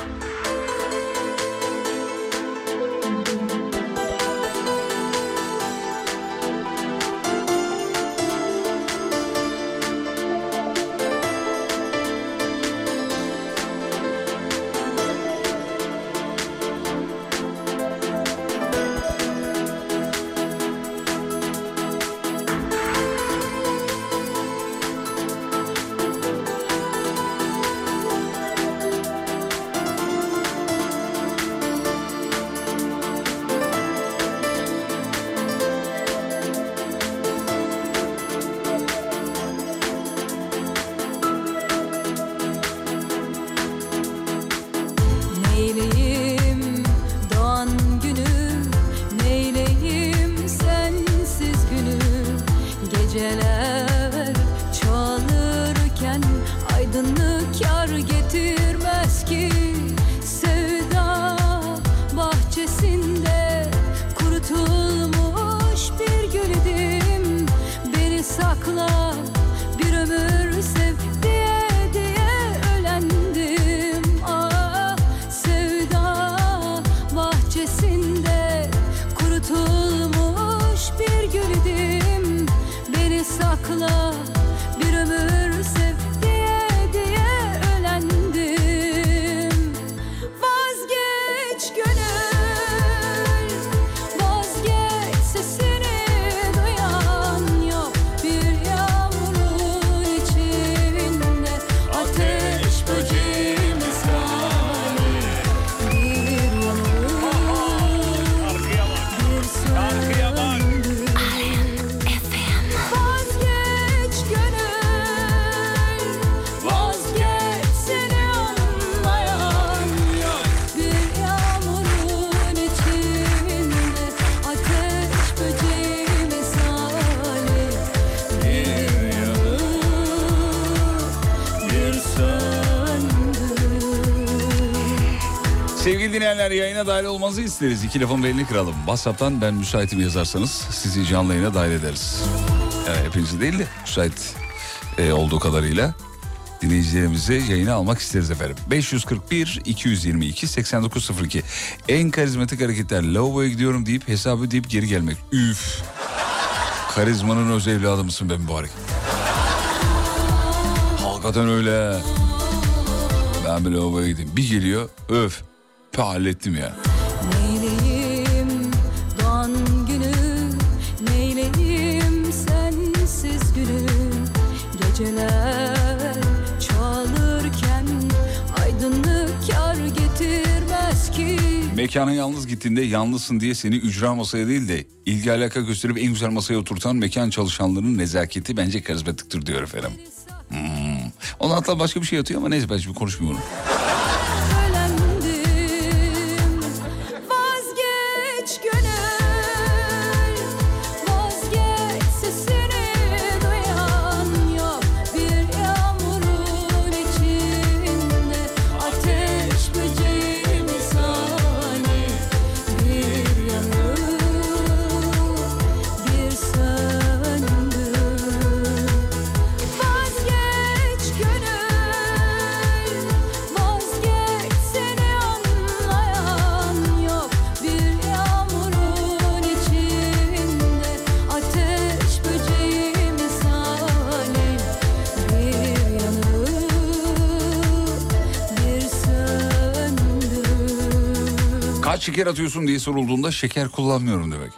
Sevgili dinleyenler, yayına dahil olmanızı isteriz. 2 lafın belini kıralım. WhatsApp'tan ben müsaitim yazarsanız sizi canlı yayına dahil ederiz. Yani hepinizi değil de müsait olduğu kadarıyla dinleyicilerimizi yayına almak isteriz efendim. 541-222-8902. En karizmatik hareketler. Lavaboya gidiyorum deyip hesabı ödeyip geri gelmek. Üf. Karizmanın öz evladı mısın be mübarek? Hakikaten öyle. Ben bir lavaboya gideyim. Bir geliyor, öf. Hallettim ya. Neyleyim doğan günü, neyleyim sensiz günü. Geceler çoğalırken aydınlık kar getirmez ki. Mekana yalnız gittiğinde yalnızsın diye seni ücra masaya değil de ilgi alaka gösterip en güzel masaya oturtan mekan çalışanlarının nezaketi bence karizmatiktir diyor efendim. Onun hatta başka bir şey atıyor ama neyse ben şimdi konuşmuyorum. Vazgeç gönül, vazgeç sesini duyan yok. Bir yağmurun içinde ateş böceği misali. Bir yanıp bir söndü. Vazgeç gönül, vazgeç seni anlayan yok. Bir yağmurun içinde ateş böceği misali. Bir yanıp bir söndü. Kaç şeker atıyorsun diye sorulduğunda şeker kullanmıyorum demek.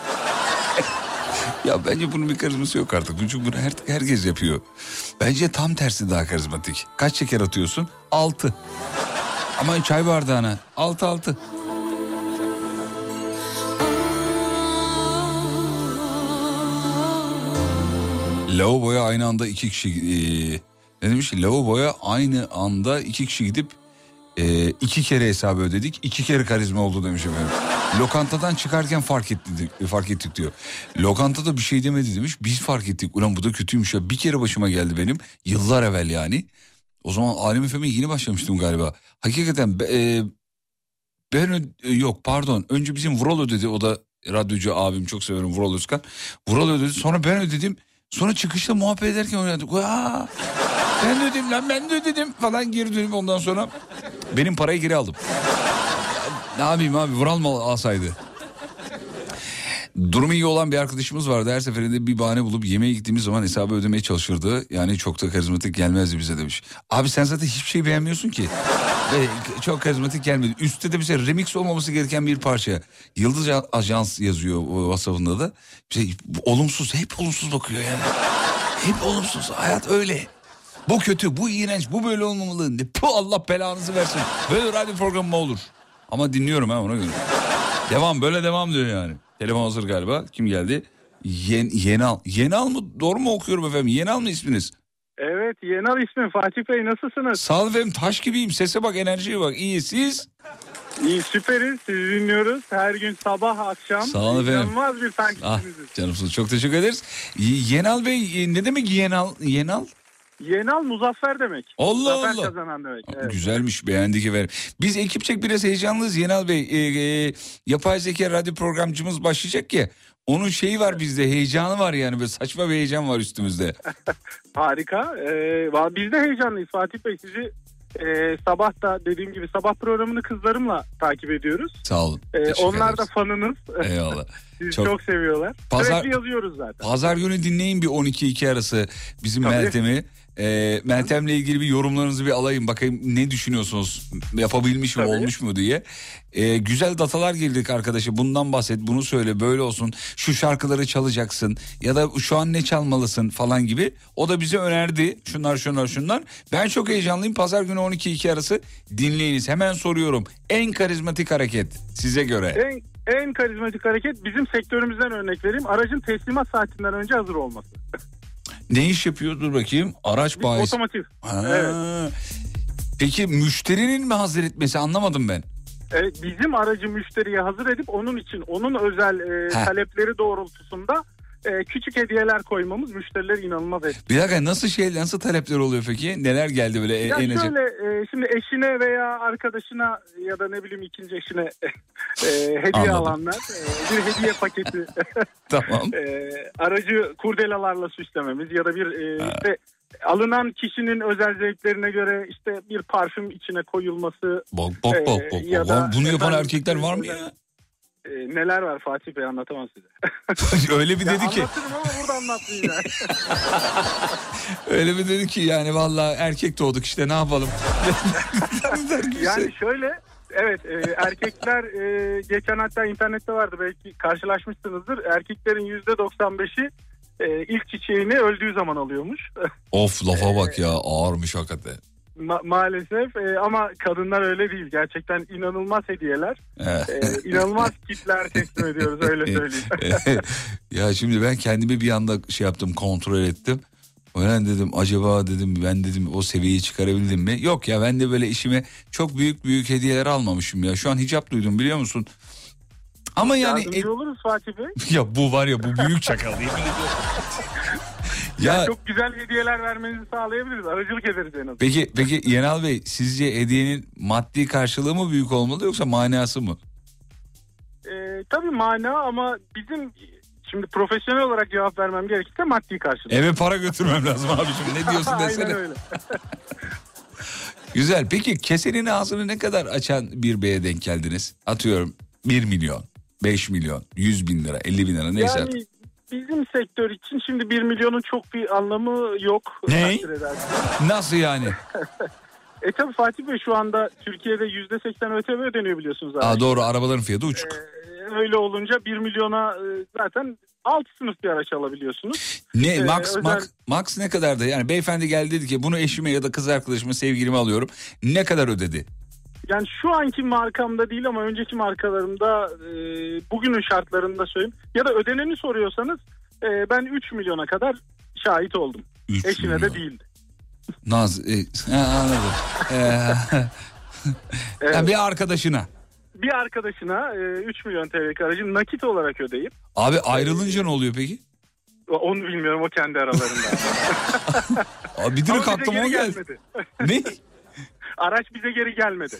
Ya bence bunun bir karizması yok artık. Çünkü bunu herkes yapıyor. Bence tam tersi daha karizmatik. Kaç şeker atıyorsun? 6. Ama çay bardağına 6. Lavaboya aynı anda 2 kişi... ne demiş? Lavaboya aynı anda 2 kişi gidip 2 kere hesabı ödedik. 2 kere karizma oldu demiş efendim. Lokantadan çıkarken fark ettik diyor. Lokantada bir şey demedi demiş. Biz fark ettik. Ulan bu da kötüymüş ya. Bir kere başıma geldi benim. Yıllar evvel yani. O zaman Alem FM'e yeni başlamıştım galiba. Hakikaten yok pardon. Önce bizim Vural ödedi. O da radyocu abim, çok severim Vural Özkan. Vural ödedi. Sonra ben ödedim. Sonra çıkışta muhabbet ederken oynadık. Ben de ödedim lan, ben de ödedim falan, geri dönüp ondan sonra benim parayı geri aldım. Ne yapayım abi, Vural mı alsaydı? Durumu iyi olan bir arkadaşımız vardı. Her seferinde bir bahane bulup yemeğe gittiğimiz zaman hesabı ödemeye çalışırdı. Yani çok da karizmatik gelmezdi bize demiş. Abi sen zaten hiçbir şey beğenmiyorsun ki. Ve çok karizmatik gelmedi. Üstte de mesela remix olmaması gereken bir parça. Yıldız Ajans yazıyor WhatsApp'ında da. Olumsuz, hep olumsuz bakıyor yani. Hep olumsuz. Hayat öyle. Bu kötü, bu iğrenç, bu böyle olmamalı. Allah belanızı versin. Böyle radyo programı mı olur? Ama dinliyorum ha, ona göre. Böyle devam diyor yani. Telefon hazır galiba. Kim geldi? Yenal. Yenal mı? Doğru mu okuyorum efendim? Yenal mı isminiz? Evet, Yenal ismim. Fatih Bey, nasılsınız? Sağ olun efendim, taş gibiyim. Sese bak, enerjiye bak. İyi, siz? İyi, süperiz. Sizi dinliyoruz. Her gün sabah akşam. Sağ olun efendim. İnanılmaz bir takipçiniziz. Canımsınız, çok teşekkür ederiz. Yenal Bey, ne demek Yenal? Yenal muzaffer demek. Allah Zafer Allah. kazanan demek. Evet. Güzelmiş, beğendik efendim. Biz ekipçek biraz heyecanlıyız Yenal Bey. Yapay zeka radyo programcımız başlayacak ya. Onun şeyi var bizde, heyecanı var yani, böyle saçma bir heyecan var üstümüzde. Harika. Biz de heyecanlıyız Fatih Bey. Sizi sabah da dediğim gibi sabah programını kızlarımla takip ediyoruz. Sağ olun. Onlar da fanınız. Eyvallah. Sizi çok seviyorlar. Sürekli yazıyoruz zaten. Pazar günü dinleyin bir 12-2 arası bizim Tabii. Meltem'i. Meltem'le ilgili bir yorumlarınızı bir alayım, bakayım ne düşünüyorsunuz, yapabilmiş mi, Tabii. olmuş mu diye. Güzel datalar girdik arkadaşa, bundan bahset, bunu söyle, böyle olsun, şu şarkıları çalacaksın ya da şu an ne çalmalısın falan gibi. O da bize önerdi şunlar. Ben çok heyecanlıyım. Pazar günü 12-2 arası dinleyiniz. Hemen soruyorum, en karizmatik hareket size göre? En karizmatik hareket bizim sektörümüzden örnek vereyim. Aracın teslimat saatinden önce hazır olması. Ne iş yapıyor? Dur bakayım. Araç bayisi. Otomotiv. Evet. Peki müşterinin mi hazır etmesi, anlamadım ben. Bizim aracı müşteriye hazır edip onun için onun özel talepleri doğrultusunda küçük hediyeler koymamız müşterileri inanılmaz etkiliyor. Bir dakika nasıl talepler oluyor peki? Neler geldi böyle Ya en şöyle şimdi eşine veya arkadaşına ya da ne bileyim ikinci eşine hediye Anladım. alanlar bir hediye paketi Tamam. aracı kurdelalarla süslememiz ya da bir işte alınan kişinin özel zevklerine göre işte bir parfüm içine koyulması. Bak. ya da Bunu yapan efendim, erkekler var mı ya? Neler var Fatih Bey, anlatamam size. Öyle bir dedi ki. Anlatırım ama burada anlatmayayım yani. Öyle bir dedi ki yani vallahi erkek doğduk işte ne yapalım. Yani şöyle evet erkekler geçen hatta internette vardı, belki karşılaşmışsınızdır. Erkeklerin %95'i ilk çiçeğini öldüğü zaman alıyormuş. Of lafa bak ya, ağırmış hakikaten. Maalesef ama kadınlar öyle değil. Gerçekten inanılmaz hediyeler. İnanılmaz kitler teslim ediyoruz, öyle söyleyeyim. Ya şimdi ben kendimi bir anda yaptım, kontrol ettim. Öyle dedim acaba dedim ben dedim o seviyeyi çıkarabildim mi? Yok ya, ben de böyle işime çok büyük hediyeler almamışım ya. Şu an hicap duydum biliyor musun? Ama yani yardımcı oluruz Fatih Bey. ya bu var ya, bu büyük çakal değil mi? Ya çok güzel hediyeler vermenizi sağlayabiliriz. Aracılık ederiz en azından. Peki Yenal Bey, sizce hediyenin maddi karşılığı mı büyük olmalı yoksa manası mı? Tabii mana, ama bizim şimdi profesyonel olarak cevap vermem gerekirse maddi karşılığı. Eve para götürmem lazım abiciğim, ne diyorsun desene. Aynen öyle. Güzel. Peki kesenin ağzını ne kadar açan bir beye denk geldiniz? Atıyorum 1 milyon, 5 milyon, 100 bin lira, 50 bin lira neyse. Yani bizim sektör için şimdi 1 milyonun çok bir anlamı yok. Ne? Takdir Nasıl yani? Tabii Fatih Bey, şu anda Türkiye'de %80 ÖTV ödeniyor biliyorsunuz. Doğru, arabaların fiyatı uçuk. Öyle olunca 1 milyona zaten alt sınıf bir araç alabiliyorsunuz. Ne max ne kadardı? Yani beyefendi geldi dedi ki bunu eşime ya da kız arkadaşıma, sevgilime alıyorum. Ne kadar ödedi? Yani şu anki markamda değil ama önceki markalarımda bugünün şartlarında söyleyeyim. Ya da ödeneni soruyorsanız ben 3 milyona kadar şahit oldum. Eşine milyon. de değildi. Anladım. Evet. Yani bir arkadaşına. Bir arkadaşına 3 milyon TL'lik aracı nakit olarak ödeyip. Abi ayrılınca ne oluyor peki? Onu bilmiyorum, o kendi aralarında. Abi bir direkt aklıma o geldi. Ne? Araç bize geri gelmedi.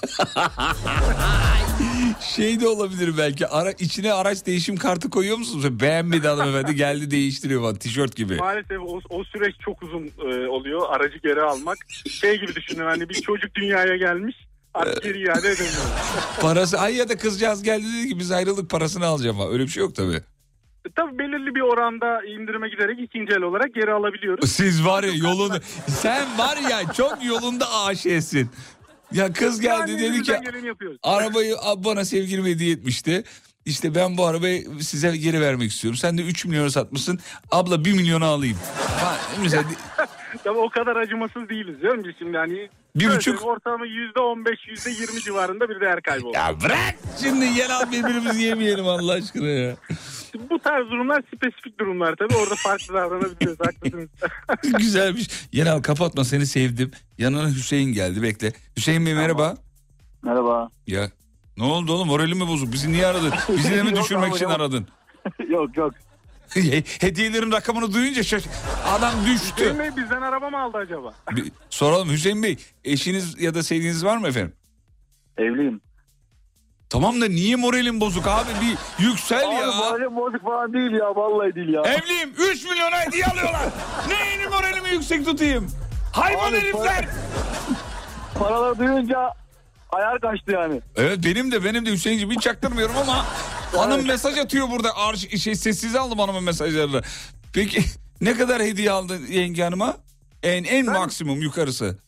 Şey de olabilir belki. İçine araç değişim kartı koyuyor musunuz? Beğenmedi hanımefendi, geldi değiştiriyor falan, tişört gibi. Maalesef o süreç çok uzun oluyor. Aracı geri almak. Şey gibi düşünün, hani bir çocuk dünyaya gelmiş. Artık geri iade edemiyor. Parası, ay ya da kızcağız geldi dedi ki biz ayrılık parasını alacağım. Öyle bir şey yok tabii. Tabii belirli bir oranda indirime giderek ikinci el olarak geri alabiliyoruz. Siz var ya yolunda, sen var ya çok yolunda aşesin. Ya kız geldi Yani dedi ki arabayı bana sevgilim hediye etmişti. İşte ben bu arabayı size geri vermek istiyorum. Sen de 3 milyona satmışsın. Abla 1 milyona alayım. Mesela tabii o kadar acımasız değiliz diyorum biz şimdi, hani 1,5 ortalama %15 %20 civarında bir değer kaybı oluyor. Ya bırak şimdi, Yenal birbirimizi yemeyelim Allah aşkına ya. Bu tarz durumlar spesifik durumlar tabii, orada farklı davranabiliriz, haklısınız. Güzelmiş. Yenal kapatma, seni sevdim. Yanına Hüseyin geldi, bekle. Hüseyin Bey merhaba. Merhaba. Ya ne oldu oğlum, moralin mi bozuk? Bizi niye aradın? Bizi de mi Yok düşürmek abi, için yok. aradın? Yok. Hediyelerin rakamını duyunca adam düştü. Hüseyin Bey bizden araba mı aldı acaba? Soralım Hüseyin Bey, eşiniz ya da sevgiliniz var mı efendim? Evliyim. Tamam da niye moralin bozuk abi, bir yüksel ya. Abi moralim bozuk falan değil ya, vallahi değil ya. Evliyim, 3 milyona hediye alıyorlar. Neyini moralimi yüksek tutayım? Hayvan Abi, herifler. Paraları duyunca ayar kaçtı yani. Evet benim de Hüseyin'ciğim, hiç çaktırmıyorum ama hanım mesaj atıyor burada. Sessize aldım hanımın mesajlarını. Peki ne kadar hediye aldın yenge hanıma? En maksimum yukarısı.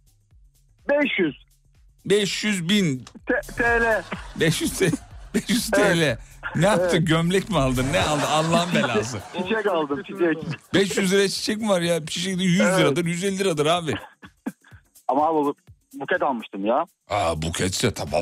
500 500 bin. TL. 500 TL. Ne yaptın? Gömlek mi aldın? Ne aldın? Allah'ın belası. Çiçek aldım, çiçek. 500 liraya çiçek mi var ya? Çiçek de 100 liradır, 150 liradır abi. Ama abi buket almıştım ya. Buketse tamam.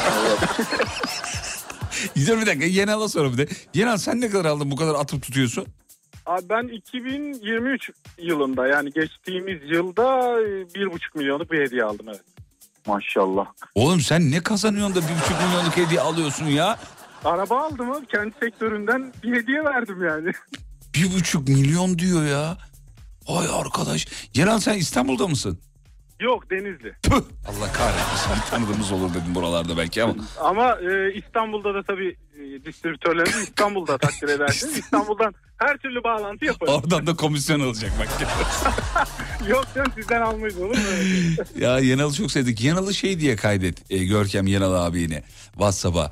Güzel, bir dakika Yenal'a sorayım bir de. Yenal sen ne kadar aldın, bu kadar atıp tutuyorsun? Abi ben 2023 yılında, yani geçtiğimiz yılda 1,5 milyonluk bir hediye aldım, evet. Maşallah. Oğlum sen ne kazanıyorsun da 1,5 milyonluk hediye alıyorsun ya? Araba aldım abi, kendi sektöründen bir hediye verdim yani. 1,5 milyon diyor ya. Ay arkadaş. Yenal sen İstanbul'da mısın? Yok, Denizli. Püh! Allah kahretmesin. Bir tanıdığımız olur dedim buralarda belki ama. Ama İstanbul'da da tabii distribütörlerimiz İstanbul'da takdir edersiniz. İstanbul'dan her türlü bağlantı yaparız. Oradan da komisyon alacak bak. Yok canım, sizden almayız olur mu? Ya Yenal'ı çok sevdik. Yenal'ı şey diye kaydet Görkem Yenal abi yine WhatsApp'a.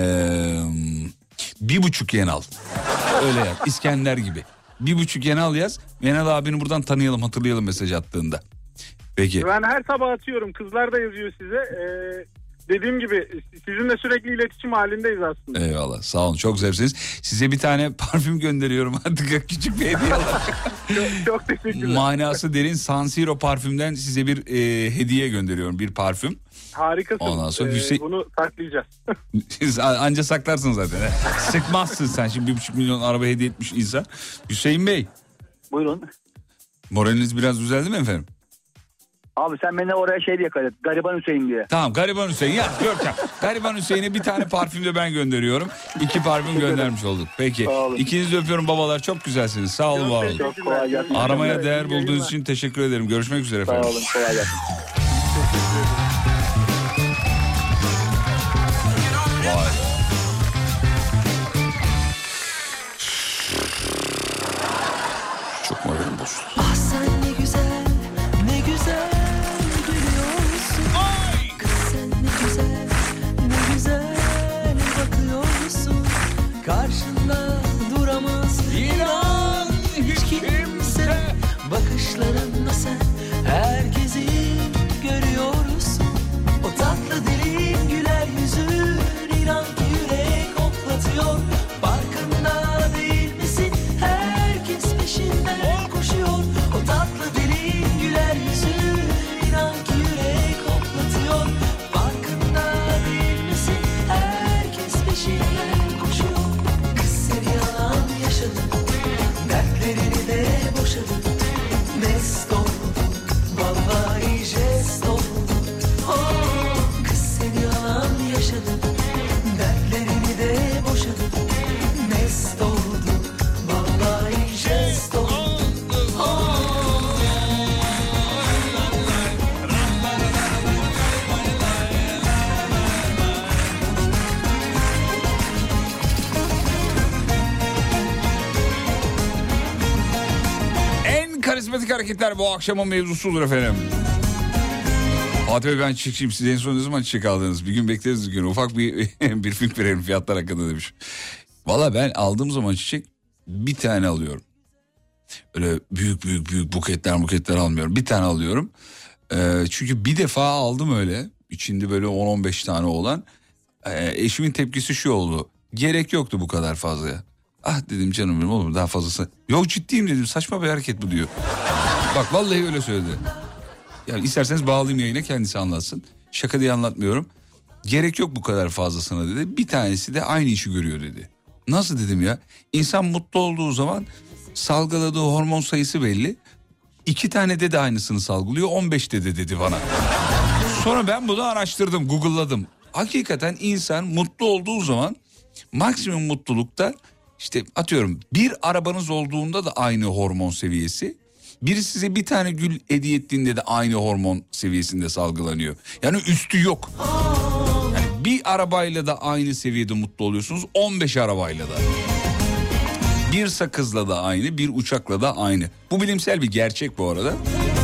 1,5 Yenal. Öyle yap. İskender gibi. 1,5 Yenal yaz. Yenal abini buradan tanıyalım, hatırlayalım mesaj attığında. Peki. Ben her sabah atıyorum. Kızlar da yazıyor size. Dediğim gibi sizinle sürekli iletişim halindeyiz aslında. Eyvallah, sağ olun, çok zarifsiniz. Size bir tane parfüm gönderiyorum artık, küçük bir hediye olarak. çok teşekkürler. Manası derin San Siro parfümden size bir hediye gönderiyorum, bir parfüm. Harikasın. Ondan sonra bunu saklayacağız. Anca saklarsın zaten. Sıkmazsın sen şimdi 1,5 milyon araba hediye etmiş insan. Hüseyin Bey. Buyurun. Moraliniz biraz düzeldi mi efendim? Abi sen beni oraya şey diye kaydet. Gariban Hüseyin diye. Tamam, Gariban Hüseyin ya Görkem. Gariban Hüseyin'e bir tane parfüm de ben gönderiyorum. 2 parfüm göndermiş olduk. Peki. İkinizi de öpüyorum babalar. Çok güzelsiniz. Sağ olun, var olun. Çok kolay gelsin. Aramaya değer bulduğunuz için teşekkür ederim. Görüşmek üzere efendim. Sağ olun. Kolay gelsin. Vay. Çok moralim bozuldu. Ah sen ne güzel, ne güzel gülüyorsun. Kız sen ne güzel, ne güzel bakıyorsun. Karşında duramaz inan hiç kimse. Bakışlarınla sen herkesi görüyorsun. O tatlı dilin, güler yüzün, inan ki yürek hoplatıyor. Farkında değil misin? Herkes peşinden koşuyor. O tatlı dilin, güler yüzün, inan ki yürek hoplatıyor. Farkında değil misin? Herkes peşinden koşuyor. Kız seni yalan yaşadın, dertlerini de boşadın. Mest oldun, vallahi jest oldun. Oh, kız seni yalan yaşadın, dertlerini de boşadın. Mest oldun, vallahi jest oldun. En karizmatik hareketler bu akşamın mevzusudur efendim. Fatih Bey ben çiçekçiyim. Siz en son ne zaman çiçek aldınız? Bir gün bekleriz bir gün. Ufak bir film verelim fiyatlar hakkında demiş. Valla ben aldığım zaman çiçek bir tane alıyorum. Öyle büyük buketler almıyorum. Bir tane alıyorum. Çünkü bir defa aldım öyle. İçinde böyle 10-15 tane olan. Eşimin tepkisi şu oldu. Gerek yoktu bu kadar fazlaya. Ah dedim canım benim, olur daha fazlası. Yok ciddiyim dedim, saçma bir hareket bu diyor. Bak vallahi öyle söyledi. Yani isterseniz bağlayayım yayına, kendisi anlatsın. Şaka diye anlatmıyorum. Gerek yok bu kadar fazlasına dedi. Bir tanesi de aynı işi görüyor dedi. Nasıl dedim ya? İnsan mutlu olduğu zaman salgıladığı hormon sayısı belli. 2 tane de aynısını salgılıyor. 15 dedi bana. Sonra ben bunu araştırdım, Google'ladım. Hakikaten insan mutlu olduğu zaman maksimum mutlulukta işte atıyorum bir arabanız olduğunda da aynı hormon seviyesi. Biri size bir tane gül hediye ettiğinde de aynı hormon seviyesinde salgılanıyor. Yani üstü yok. Yani bir arabayla da aynı seviyede mutlu oluyorsunuz. 15 arabayla da. Bir sakızla da aynı, bir uçakla da aynı. Bu bilimsel bir gerçek bu arada.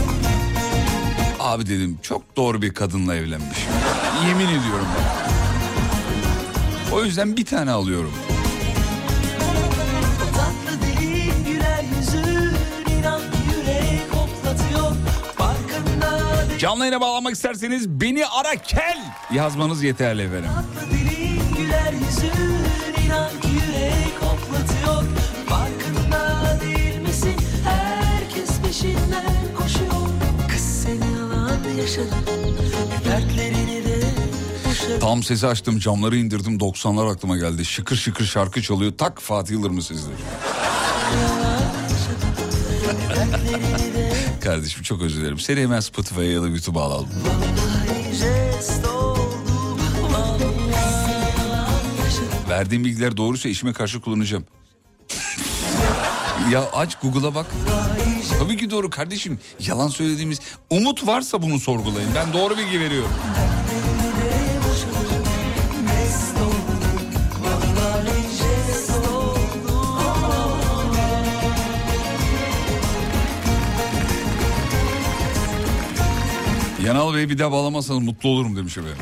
Abi dedim çok doğru bir kadınla evlenmiş. Yemin ediyorum ben. O yüzden bir tane alıyorum. Tatlı dilin, güler yüzün, inan ki yürek hoplatıyor. Farkında değil. Canlı yayına bağlanmak isterseniz beni ara kel yazmanız yeterli efendim. Tatlı dilin, güler yüzün, inan ki yürek hoplatıyor. Farkında değil misin? Herkes peşinden koşuyor. Kız seni yalan yaşadın, dertlerini de boşadın. Tam sesi açtım, camları indirdim, 90'lar aklıma geldi. Şıkır şıkır şarkı çalıyor. Tak Fatih Yıldırım sesleri. Kardeşim çok özür dilerim. Seni hemen Spotify'a ya da YouTube'a alalım. Verdiğim bilgiler doğruysa işime karşı kullanacağım. Ya aç Google'a bak. Tabii ki doğru kardeşim. Yalan söylediğimiz umut varsa bunu sorgulayın. Ben doğru bilgi veriyorum. Yanal Bey bir daha bağlamazsanız mutlu olurum demiş efendim.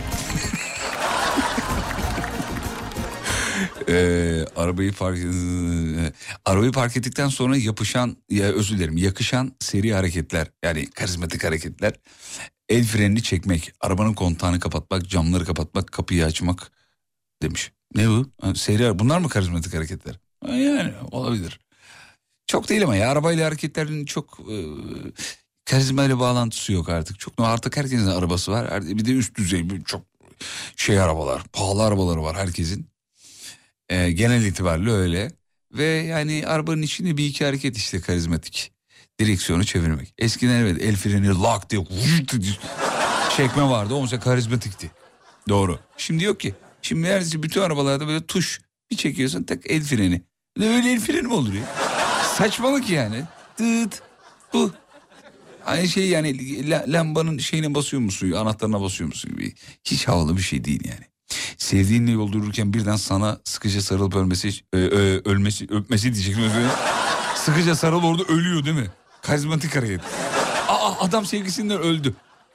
Arabayı park ettikten sonra yakışan seri hareketler, yani karizmatik hareketler, el frenini çekmek, arabanın kontağını kapatmak, camları kapatmak, kapıyı açmak demiş. Ne bu? Seri, bunlar mı karizmatik hareketler? Yani olabilir. Çok değil ama ya, arabayla hareketlerin çok karizmayla bağlantısı yok artık. Artık herkesin arabası var. Bir de üst düzey çok arabalar, pahalı arabaları var herkesin. Genel itibariyle öyle. Ve yani arabanın içinde bir iki hareket işte karizmatik. Direksiyonu çevirmek. Eskiden evet el freni lak diye çekme vardı. O mesela karizmatikti. Doğru. Şimdi yok ki. Şimdi neredeyse bütün arabalarda böyle tuş. Bir çekiyorsun tak el freni. Öyle el freni mi olur ya? Saçmalık yani. Dıt. Bu. Aynı şey yani lambanın şeyine basıyor musun? Anahtarına basıyor musun? Hiç havalı bir şey değil yani. Sevdiğinle yol dururken birden sana sıkıca sarılıp öpmesi diyecektim. Sıkıca sarılıp orada ölüyor değil mi? Karizmatik hareket. Adam sevgisinden öldü.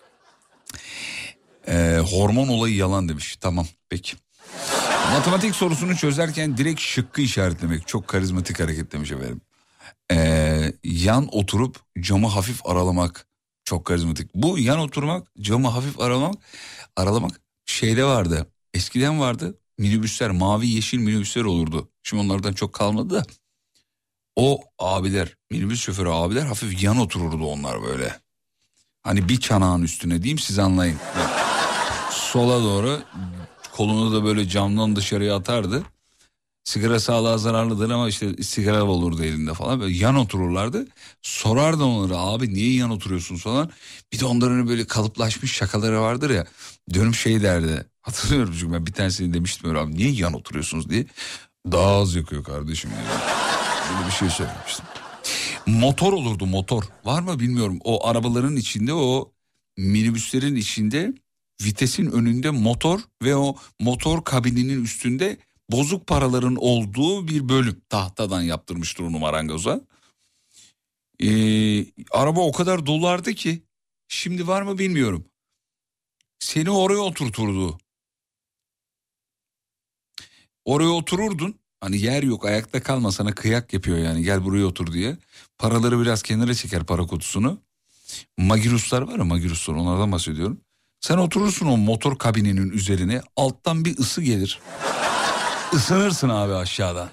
Hormon olayı yalan demiş. Tamam peki. Matematik sorusunu çözerken direkt şıkkı işaretlemek çok karizmatik hareket demiş efendim. Yan oturup camı hafif aralamak çok karizmatik. Bu yan oturmak, camı hafif aralamak şeyde vardı. Eskiden vardı. Minibüsler, mavi yeşil minibüsler olurdu. Şimdi onlardan çok kalmadı da. O abiler, minibüs şoförü abiler hafif yan otururdu onlar böyle. Hani bir çanağın üstüne diyeyim siz anlayın. Yani sola doğru kolunu da böyle camdan dışarıya atardı. Sigara sağlığa zararlıdır ama işte sigara olurdu elinde falan. Böyle yan otururlardı. Sorardı onlara abi niye yan oturuyorsunuz falan. Bir de onların böyle kalıplaşmış şakaları vardır ya. Dönüp şey derdi. Hatırlıyorum çünkü ben bir tanesini demiştim öyle abi niye yan oturuyorsunuz diye. Daha az yakıyor kardeşim diye. Böyle bir şey söylemiştim. Motor olurdu motor. Var mı bilmiyorum. O arabaların içinde o minibüslerin içinde vitesin önünde motor ve o motor kabininin üstünde bozuk paraların olduğu bir bölüm. Tahtadan yaptırmıştır onu marangoza. Araba o kadar dolardı ki şimdi var mı bilmiyorum. Seni oraya oturturdu. Oraya otururdun. Hani yer yok ayakta kalma sana kıyak yapıyor yani gel buraya otur diye. Paraları biraz kenara çeker para kutusunu. Magiruslar var ya magiruslar onlardan bahsediyorum. Sen oturursun o motor kabininin üzerine alttan bir ısı gelir. Isınırsın abi aşağıdan.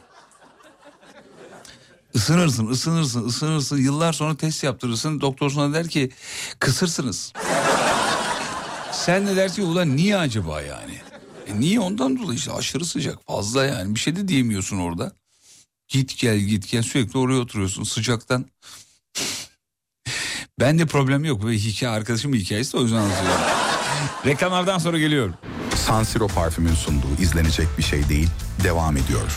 Isınırsın. Yıllar sonra test yaptırırsın. Doktor sana der ki kısırsınız. Sen de dersin ulan niye acaba yani? Niye ondan dolayı işte aşırı sıcak fazla yani bir şey de diyemiyorsun orada. Git gel sürekli oraya oturuyorsun sıcaktan. Bende problem yok. Böyle arkadaşımın hikayesi de o yüzden anlatıyorum. Reklamlardan sonra geliyorum. San Siro parfümün sunduğu izlenecek bir şey değil devam ediyor.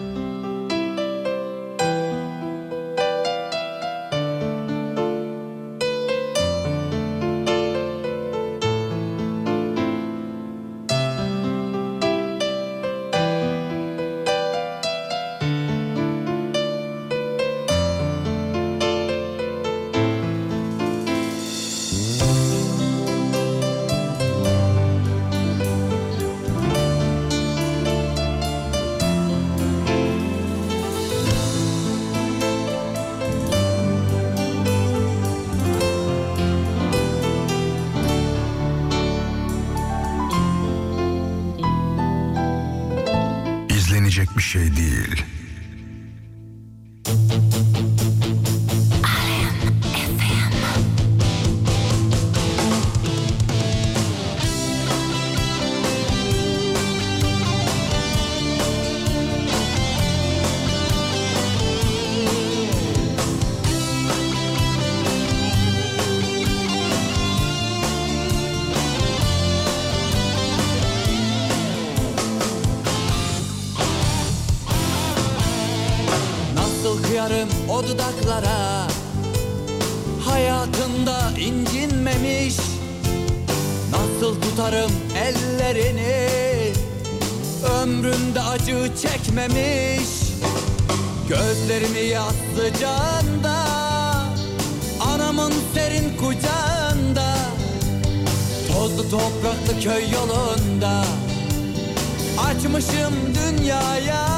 Bir şey değil. koyarım o dudaklara. Hayatında incinmemiş, nasıl tutarım ellerini? Ömrümde acı çekmemiş, gözlerimi yaslı canda, anamın serin kucağında, tozlu topraklı köy yolunda açmışım dünyaya.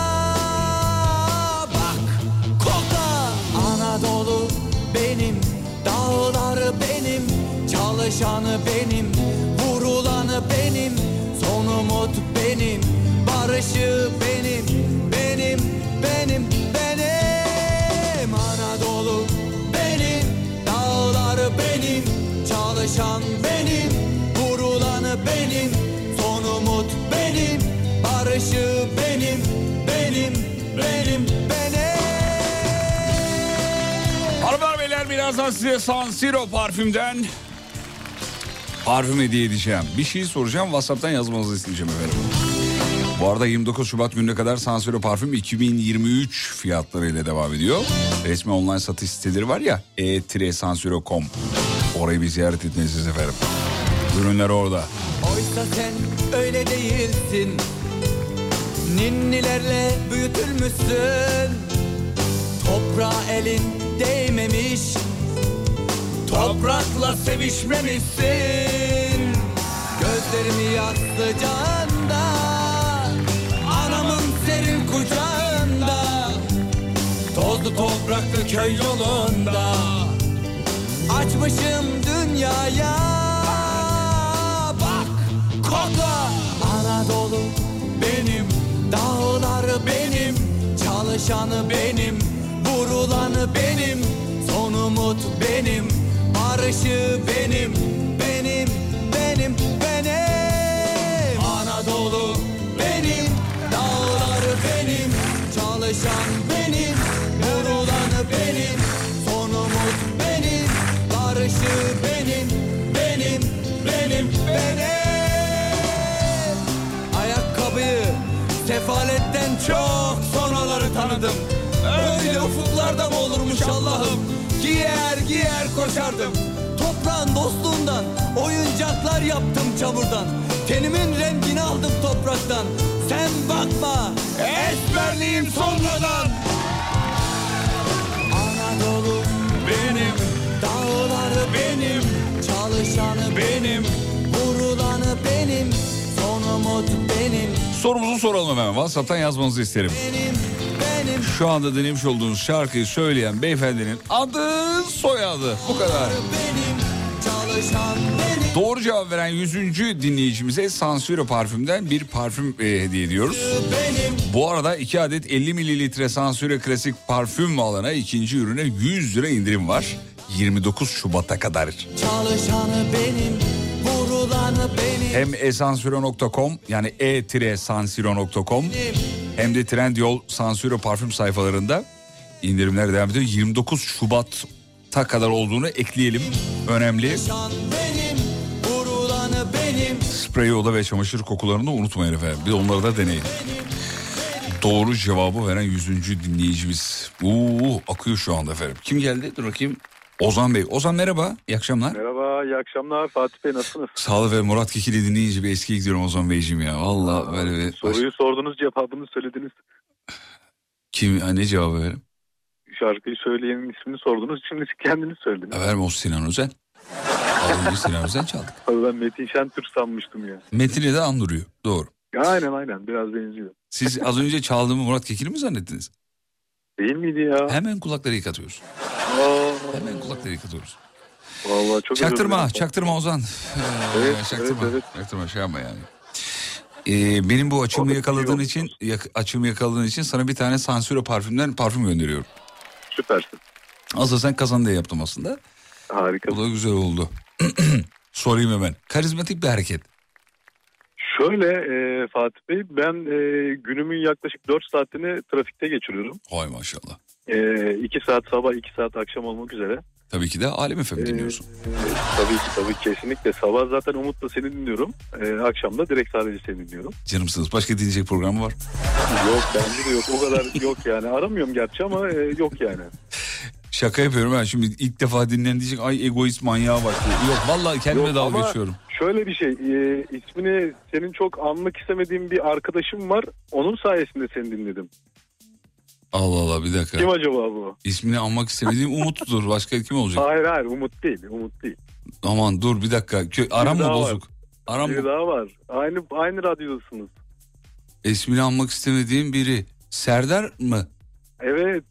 Bak kokla, Anadolu benim, dağları benim, çalışanı benim, vurulanı benim, son umut benim, barışı benim, benim, benim, benim. Anadolu benim, dağları benim, çalışan benim, vurulanı benim, son umut benim, barışı benim, benim, benim, benim. Hanımlar beyler, birazdan size San Siro parfümden parfüm hediye edeceğim. Bir şey soracağım, WhatsApp'tan yazmanızı isteyeceğim efendim. Bu arada 29 Şubat gününe kadar San Siro parfüm 2023 fiyatlarıyla devam ediyor. Resmi online satış siteleri var ya, e-sansiro.com. Orayı bir ziyaret etmeniz efendim. Ürünler orada. Oysa sen öyle değilsin, ninnilerle büyütülmüşsün. Toprağa elin değmemiş, toprakla sevişmemişsin. Gözlerimi yaktı canda, anamın serin kucağında, tozlu topraklı köy yolunda açmışım dünyaya. Bak kokla, Anadolu benim, dağları benim, çalışanı benim, vurulanı benim, son umut benim, barışı benim, benim, benim, benim. Anadolu benim, dağları benim, çalışan benim, vurulanı benim, son umut benim, barışı benim, benim, benim, benim. Ayakkabıyı sefaletten çok sonraları tanıdım. Öyle ufuklarda mı olurmuş Allah'ım? Giyer giyer koşardım. Toprağın dostluğundan oyuncaklar yaptım çamurdan. Tenimin rengini aldım topraktan. Sen bakma, esmerliğim sonradan. Anadolu benim, dağları benim, çalışanı benim, vurulanı benim, son umut benim. Sorumuzu soralım efendim. WhatsApp'tan yazmanızı isterim. Şu anda dinlemiş olduğunuz şarkıyı söyleyen beyefendinin adı, soyadı. Bu kadar. Doğru cevap veren 100. dinleyicimize San Siro parfümden bir parfüm hediye ediyoruz. Bu arada 2 adet 50 mililitre San Siro klasik parfüm alana ikinci ürüne 100 lira indirim var. 29 Şubat'a kadar. Çalışanı benim, vurulanı benim. Hem esansiro.com yani e-sansiro.com hem de Trendyol San Siro parfüm sayfalarında indirimler devam ediyor. 29 Şubat'a kadar olduğunu ekleyelim. Önemli. Sprey, oda ve çamaşır kokularını unutmayın efendim. Bir de onları da deneyin. Doğru cevabı veren 100. dinleyicimiz. Akıyor şu anda efendim. Kim geldi? Dur bakayım. Ozan Bey. Ozan merhaba. İyi akşamlar. Merhaba, iyi akşamlar. Fatih Bey nasılsınız? Sağ olun ve Murat Kekil'i dinleyince bir eskiye gidiyorum Ozan Beyciğim ya. Vallahi böyle bir... Soruyu sordunuz, cevabını söylediniz. Ne cevabı verim? Şarkıyı söyleyenin ismini sordunuz, şimdi kendiniz söylediniz. Efendim o Sinan Özen. Az önce Sinan Özen çaldık. Tabii ben Metin Şentürk sanmıştım ya. Metin'i de andırıyor. Doğru. Aynen biraz benziyor. Siz az önce çaldığımı Murat Kekil'i mi zannettiniz? Değil miydi ya? Hemen kulakları yıkatıyoruz. Hemen kulakları yıkatıyoruz. Vallahi çok Çaktırma Ozan. Evet, Çaktırma şey yapma yani. Benim bu açımı yakaladığın için sana bir tane San Siro parfümden parfüm gönderiyorum. Süpersin. Aslında sen kazan diye yaptım aslında. Harika. Bu da güzel oldu. Sorayım hemen. Karizmatik bir hareket. Şöyle Fatih Bey, ben günümün yaklaşık 4 saatini trafikte geçiriyorum. Hay maşallah. 2 saat sabah 2 saat akşam olmak üzere. Tabii ki de Alem FM dinliyorsun. Tabii kesinlikle. Sabah zaten Umut'la seni dinliyorum. Akşam da direkt sadece seni dinliyorum. Canımsınız. Başka dinleyecek programı var? Yok, bence de yok. O kadar yok yani. Aramıyorum gerçi ama yok yani. Şaka yapıyorum ben. Şimdi ilk defa dinleyen diyecek ay egoist manyağa bak. Yok vallahi kendime dalga geçiyorum. Şöyle bir şey. İsmini senin çok anmak istemediğim bir arkadaşım var. Onun sayesinde seni dinledim. Allah Allah, bir dakika. Kim acaba bu? İsmini anmak istemediğim Umut'tur. Başka kim olacak? Hayır Umut değil. Aman dur bir dakika. Aram mı bozuk? Bir daha var. Aynı radyodasınız. İsmini anmak istemediğim biri. Serdar mı? Evet.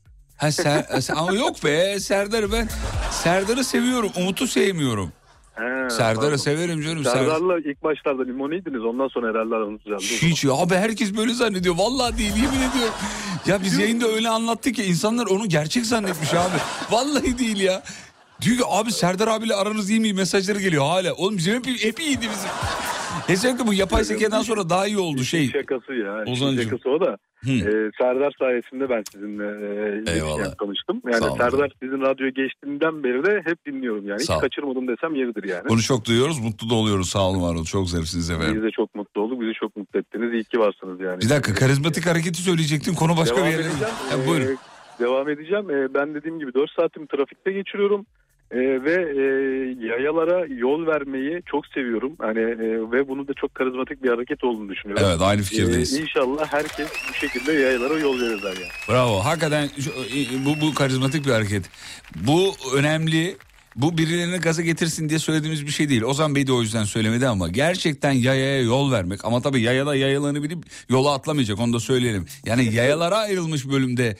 Ama yok be, Serdar'ı seviyorum, Umut'u sevmiyorum. Serdar'ı severim canım. Serdar'la ilk başlarda limoniydiniz, ondan sonra herhalde aranız düzeldi. Hiç abi, herkes böyle zannediyor. Vallahi değil, yemin ediyorum. Ya biz yayında öyle anlattık ki insanlar onu gerçek zannetmiş abi. Vallahi değil ya. Diyor ki abi Serdar abiyle aranız iyi mi? Mesajları geliyor hala. Oğlum bizim hep iyiydi bizim. Özellikle bu yapay zekadan sonra daha iyi oldu şey. Şakası ya. Ozancığım. Şakası o da. Serdar sayesinde ben sizinle tanıştım. Yani Serdar sizin radyoya geçtiğinden beri de hep dinliyorum yani. Hiç kaçırmadım desem yeridir yani. Bunu çok duyuyoruz, mutlu da oluyoruz. Sağ olun, var olun. Çok zarifsiniz efendim. Biz de çok mutlu olduk. Bizi çok mutlu ettiniz. İyi ki varsınız yani. Bir dakika, karizmatik hareketi söyleyecektin. Konu başka bir yere. Buyurun. Devam edeceğim. Ben dediğim gibi 4 saatimi trafikte geçiriyorum. Ve yayalara yol vermeyi çok seviyorum. Hani ve bunun da çok karizmatik bir hareket olduğunu düşünüyorum. Evet, aynı fikirdeyiz. İnşallah herkes bu şekilde yayalara yol verirler yani. Bravo. Hakikaten bu karizmatik bir hareket. Bu önemli. Bu birilerini gaza getirsin diye söylediğimiz bir şey değil. Ozan Bey de o yüzden söylemedi ama gerçekten yayaya yol vermek. Ama tabii yayada yayalarını bilip yola atlamayacak, onu da söyleyelim. Yani yayalara ayrılmış bölümde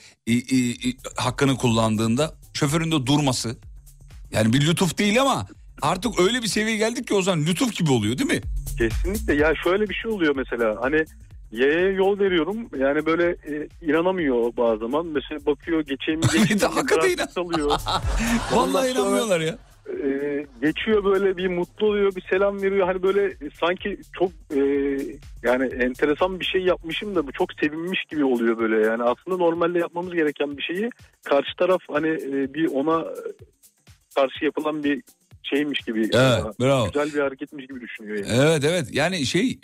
hakkını kullandığında şoförün de durması. Yani bir lütuf değil ama artık öyle bir seviyeye geldik ki Ozan, lütuf gibi oluyor değil mi? Kesinlikle. Ya şöyle bir şey oluyor mesela, hani yayaya yol veriyorum yani böyle inanamıyor bazı zaman. Mesela bakıyor geçeyim hakikaten inanamıyor. Vallahi inanmıyorlar ya. Geçiyor böyle bir mutlu oluyor, bir selam veriyor. Hani böyle sanki çok yani enteresan bir şey yapmışım da bu çok sevinmiş gibi oluyor böyle. Yani aslında normalde yapmamız gereken bir şeyi karşı taraf hani bir ona karşı yapılan bir şeymiş gibi. Evet, bravo. Güzel bir hareketmiş gibi düşünüyor yani. Evet yani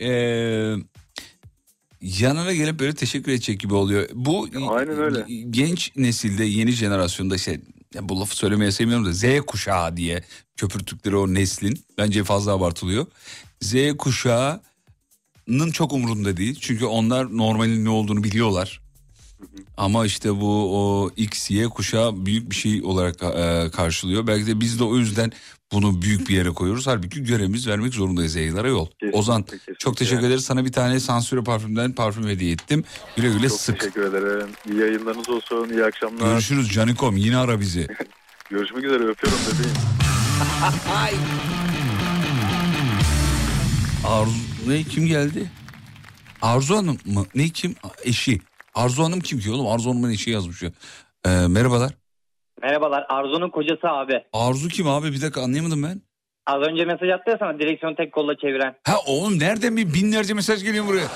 yanına gelip böyle teşekkür edecek gibi oluyor. Bu aynen öyle. Genç nesilde, yeni jenerasyonda bu lafı söylemeye sevmiyorum da Z kuşağı diye köpürttükleri o neslin, bence fazla abartılıyor. Z kuşağının çok umurunda değil. Çünkü onlar normalin ne olduğunu biliyorlar. Ama işte bu o X, Y kuşağı büyük bir şey olarak karşılıyor. Belki de biz de o yüzden bunu büyük bir yere koyuyoruz. Halbuki görevimiz vermek zorundayız yayılara yol. Kesinlikle, Ozan çok teşekkür ederiz. Sana bir tane Sansüre parfümden parfüm hediye ettim. Güle güle çok sık. Teşekkür ederim. İyi yayınlarınız olsun. İyi akşamlar. Görüşürüz Canikom. Yine ara bizi. Görüşmek üzere. Öpüyorum bebeğim. Kim geldi? Arzu Hanım mı? Kim? Eşi. Arzu Hanım kim ki oğlum? Arzu Hanım'ın eşi yazmış ya. Merhabalar. Merhabalar. Arzu'nun kocası abi. Arzu kim abi? Bir dakika, anlayamadım ben. Az önce mesaj attı ya sana, direksiyonu tek kolla çeviren. Ha oğlum, nereden bir binlerce mesaj geliyor buraya?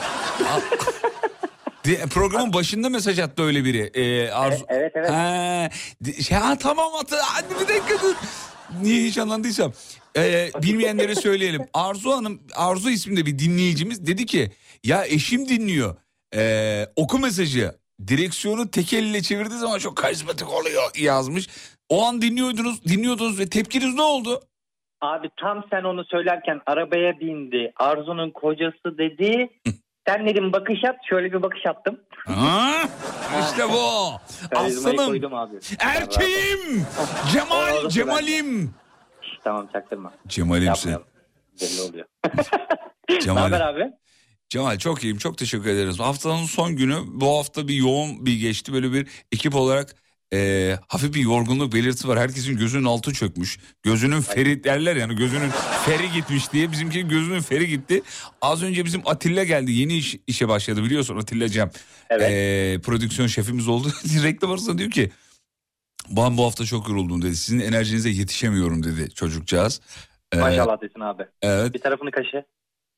Programın başında mesaj attı öyle biri. Arzu... Evet. Tamam hadi bir dakika dur. Niye hiç anlandıysam. Bilmeyenlere söyleyelim. Arzu Hanım, Arzu isminde bir dinleyicimiz dedi ki ya eşim dinliyor. Oku mesajı. Direksiyonu tek elle çevirdiği zaman çok karizmatik oluyor yazmış. O an dinliyordunuz ve tepkiniz ne oldu? Abi tam sen onu söylerken arabaya bindi. Arzu'nun kocası dedi. Sen dedim bakış at. Şöyle bir bakış attım. İşte bu. Aslanım. Erkeğim. Cemalim. Tamam, çaktırma. Cemalimsin. Belli oluyor. Cemal. Ne haber abi? Cemal çok iyiyim, çok teşekkür ederiz. Haftanın son günü, bu hafta bir yoğun bir geçti. Böyle bir ekip olarak hafif bir yorgunluk belirtisi var. Herkesin gözünün altı çökmüş. Gözünün feri derler yani, gözünün feri gitmiş diye. Bizimki gözünün feri gitti. Az önce bizim Atilla geldi, yeni işe başladı biliyorsun, Atilla Cem. Evet. Prodüksiyon şefimiz oldu. Reklam arasında diyor ki ben bu hafta çok yoruldum dedi. Sizin enerjinize yetişemiyorum dedi çocukcağız. Maşallah desin abi. Evet. Bir tarafını kaşı.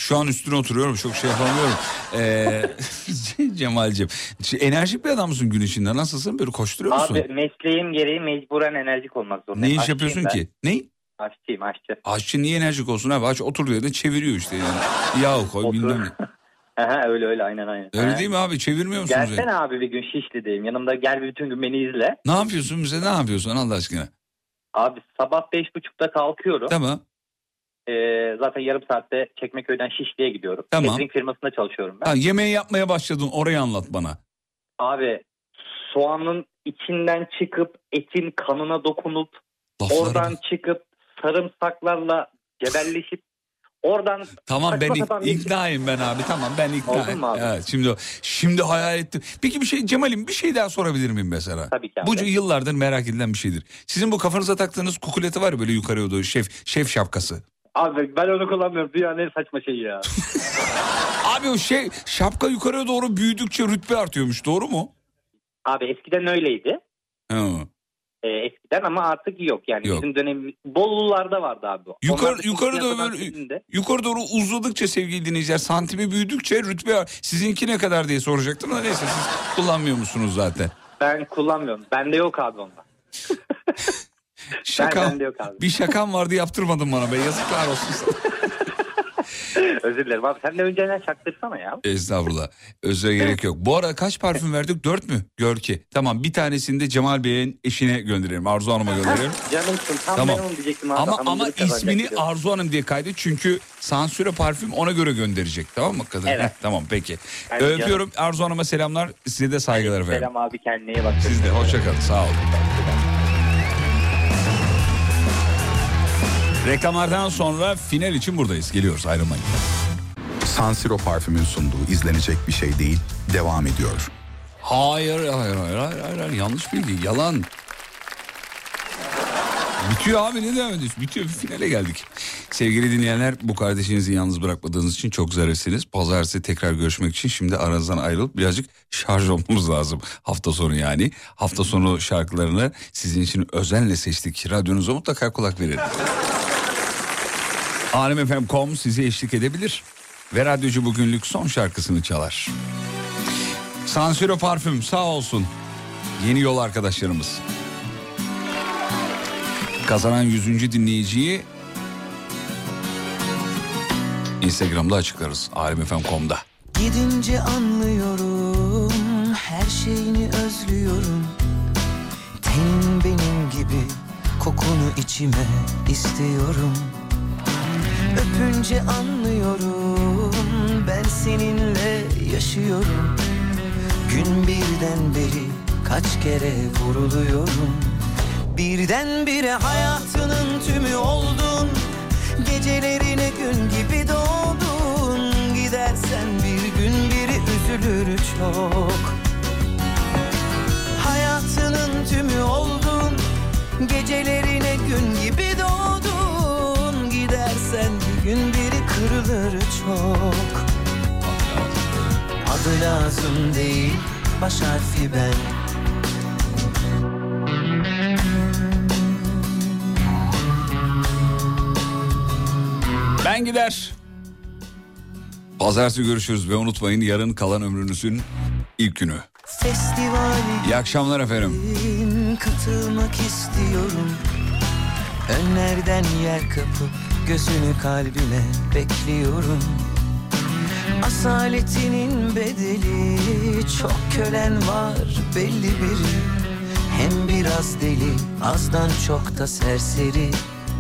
Şu an üstüne oturuyorum, çok şey yapamıyorum. Cemal'cim, enerjik bir adam mısın gün içinde? Nasılsın? Böyle koşturuyor musun? Abi mesleğim gereği mecburen enerjik olmak zorundayım. Ne iş yapıyorsun ki? Ne? Aşçıyım, aşçı. Aşçı niye enerjik olsun abi? Aç otur diyor da çeviriyor işte yani. Yağ koy bilmem ne. Aha, öyle aynen. Öyle değil mi abi? Çevirmiyor musunuz? Gelsene abi bir gün Şişli'deyim. Yanımda gel bütün gün beni izle. Ne yapıyorsun bize? Ne yapıyorsun Allah aşkına? Abi sabah 5.30'da kalkıyorum. Tamam. Zaten yarım saatte Çekmeköy'den Şişli'ye gidiyorum. Tamam. Catering firmasında çalışıyorum ben. Ha, yemeği yapmaya başladın, orayı anlat bana. Abi soğanın içinden çıkıp etin kanına dokunup Laflara oradan bak. çıkıp sarımsaklarla cebelleşip oradan... Tamam ben iknayım ben abi, tamam ben iknayım. Oldun mu abi? Evet, şimdi hayal ettim. Peki bir şey Cemal'im, bir şey daha sorabilir miyim mesela? Tabii ki abi. Bu yıllardır merak edilen bir şeydir. Sizin bu kafanıza taktığınız kukuleti var ya böyle yukarıya doğru, şef şapkası. Abi ben onu kullanmıyorum. Dünyanın en saçma şeyi ya. Abi o şapka yukarıya doğru büyüdükçe rütbe artıyormuş, doğru mu? Abi eskiden öyleydi. Hı. Eskiden ama artık yok yani. Yok. Bizim dönemimiz Bolu'larda vardı abi. Yukarı doğru uzadıkça sevgili dinleyiciler, santimi büyüdükçe rütbe, sizinki ne kadar diye soracaktım da neyse, siz kullanmıyor musunuz zaten? Ben kullanmıyorum. Bende yok abi ondan. Bende yok abi. Bir şakam vardı, yaptırmadın bana be, yazıklar olsun sana. Özür dilerim abi, sen de önceden çaktırsana ya. Estağfurullah, özre gerek yok. Bu arada kaç parfüm verdik? 4 mü? Gör ki. Tamam, bir tanesini de Cemal Bey'in eşine gönderelim, Arzu Hanım'a gönderelim. Canımsın, tam tamam. ben onu diyecektim abi. Ama ismini Arzu Hanım diye kaydet, çünkü sansüre parfüm ona göre gönderecek, tamam mı kadın? Evet. Tamam peki. Yani öpüyorum canım. Arzu Hanım'a selamlar, size de saygılar efendim. Selam abi, kendine iyi bak. Siz de hoşçakalın, sağ olun. Reklamlardan sonra final için buradayız. Geliyoruz, ayrılmayın. San Siro parfümün sunduğu izlenecek bir şey değil, devam ediyor. Hayır, yanlış bilgi, yalan. Bitiyor abi, ne devam ediyorsun? Bitiyor, bir finale geldik. Sevgili dinleyenler, bu kardeşinizi yalnız bırakmadığınız için çok zarifsiniz. Pazartesi tekrar görüşmek için şimdi aranızdan ayrılıp birazcık şarj olmamız lazım. Hafta sonu yani. Hafta sonu şarkılarını sizin için özenle seçtik. Radyonuza mutlaka kulak verin. alemfm.com size eşlik edebilir. Ve radyocu bugünlük son şarkısını çalar. San Siro parfüm sağ olsun. Yeni yol arkadaşlarımız. Kazanan 100. dinleyiciyi Instagram'da açıklarız. alemfm.com'da. Gidince anlıyorum, her şeyini özlüyorum. Tenin benim gibi, kokunu içime istiyorum. Öpünce anlıyorum, ben seninle yaşıyorum. Gün birden beri kaç kere vuruluyorum. Birdenbire hayatının tümü oldun. Gecelerine gün gibi doğdun. Gidersen bir gün biri üzülür çok. Hayatının tümü oldun. Gecelerine gün gibi doğdun. Gidersen bir gün biri kırılır çok. Adı lazım değil, baş harfi ben. Ben gider. Pazartesi görüşürüz ve unutmayın, yarın kalan ömrünüzün ilk günü. İyi akşamlar efendim. Katılmak istiyorum. Önlerden yer kapıp gözünü kalbime bekliyorum. Asaletinin bedeli, çok kölen var belli biri. Hem biraz deli, azdan çok da serseri.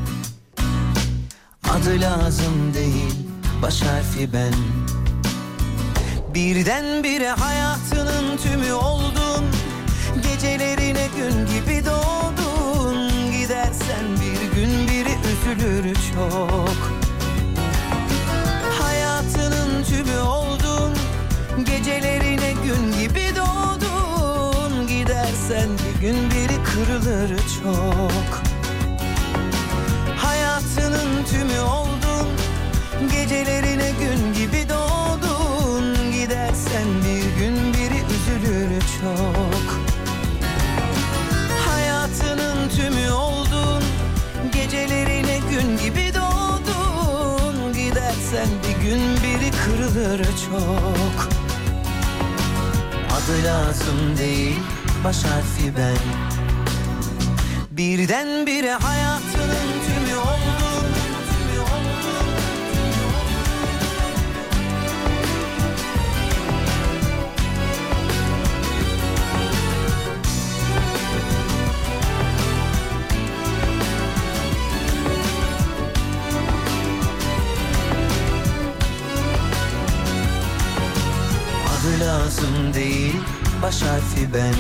Adı lazım değil, baş harfi ben. Birdenbire hayatının tümü oldun. Gecelerine gün gibi doğdun. Gidersen bir gün biri üzülür çok. Hayatının tümü oldun. Gecelerine gün gibi doğdun. Gidersen bir gün biri kırılır çok. Hayatının tümü oldun. Gecelerine gün gibi doğdun. Gidersen bir gün biri üzülür çok. Hayatının tümü oldun. Gecelerine gün gibi doğdun. Gidersen yüzden bir gün biri kırılır çok. Adı lazım değil, baş harfi ben. Birdenbire hayatının tümü oldun. Adı lazım değil, baş harfi ben.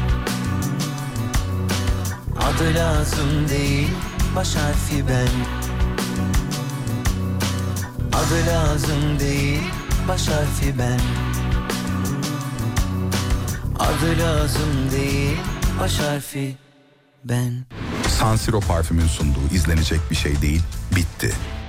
Adı lazım değil, baş harfi ben. Adı lazım değil, baş harfi ben. Adı lazım değil, baş harfi ben. San Siro parfümün sunduğu izlenecek bir şey değil, bitti.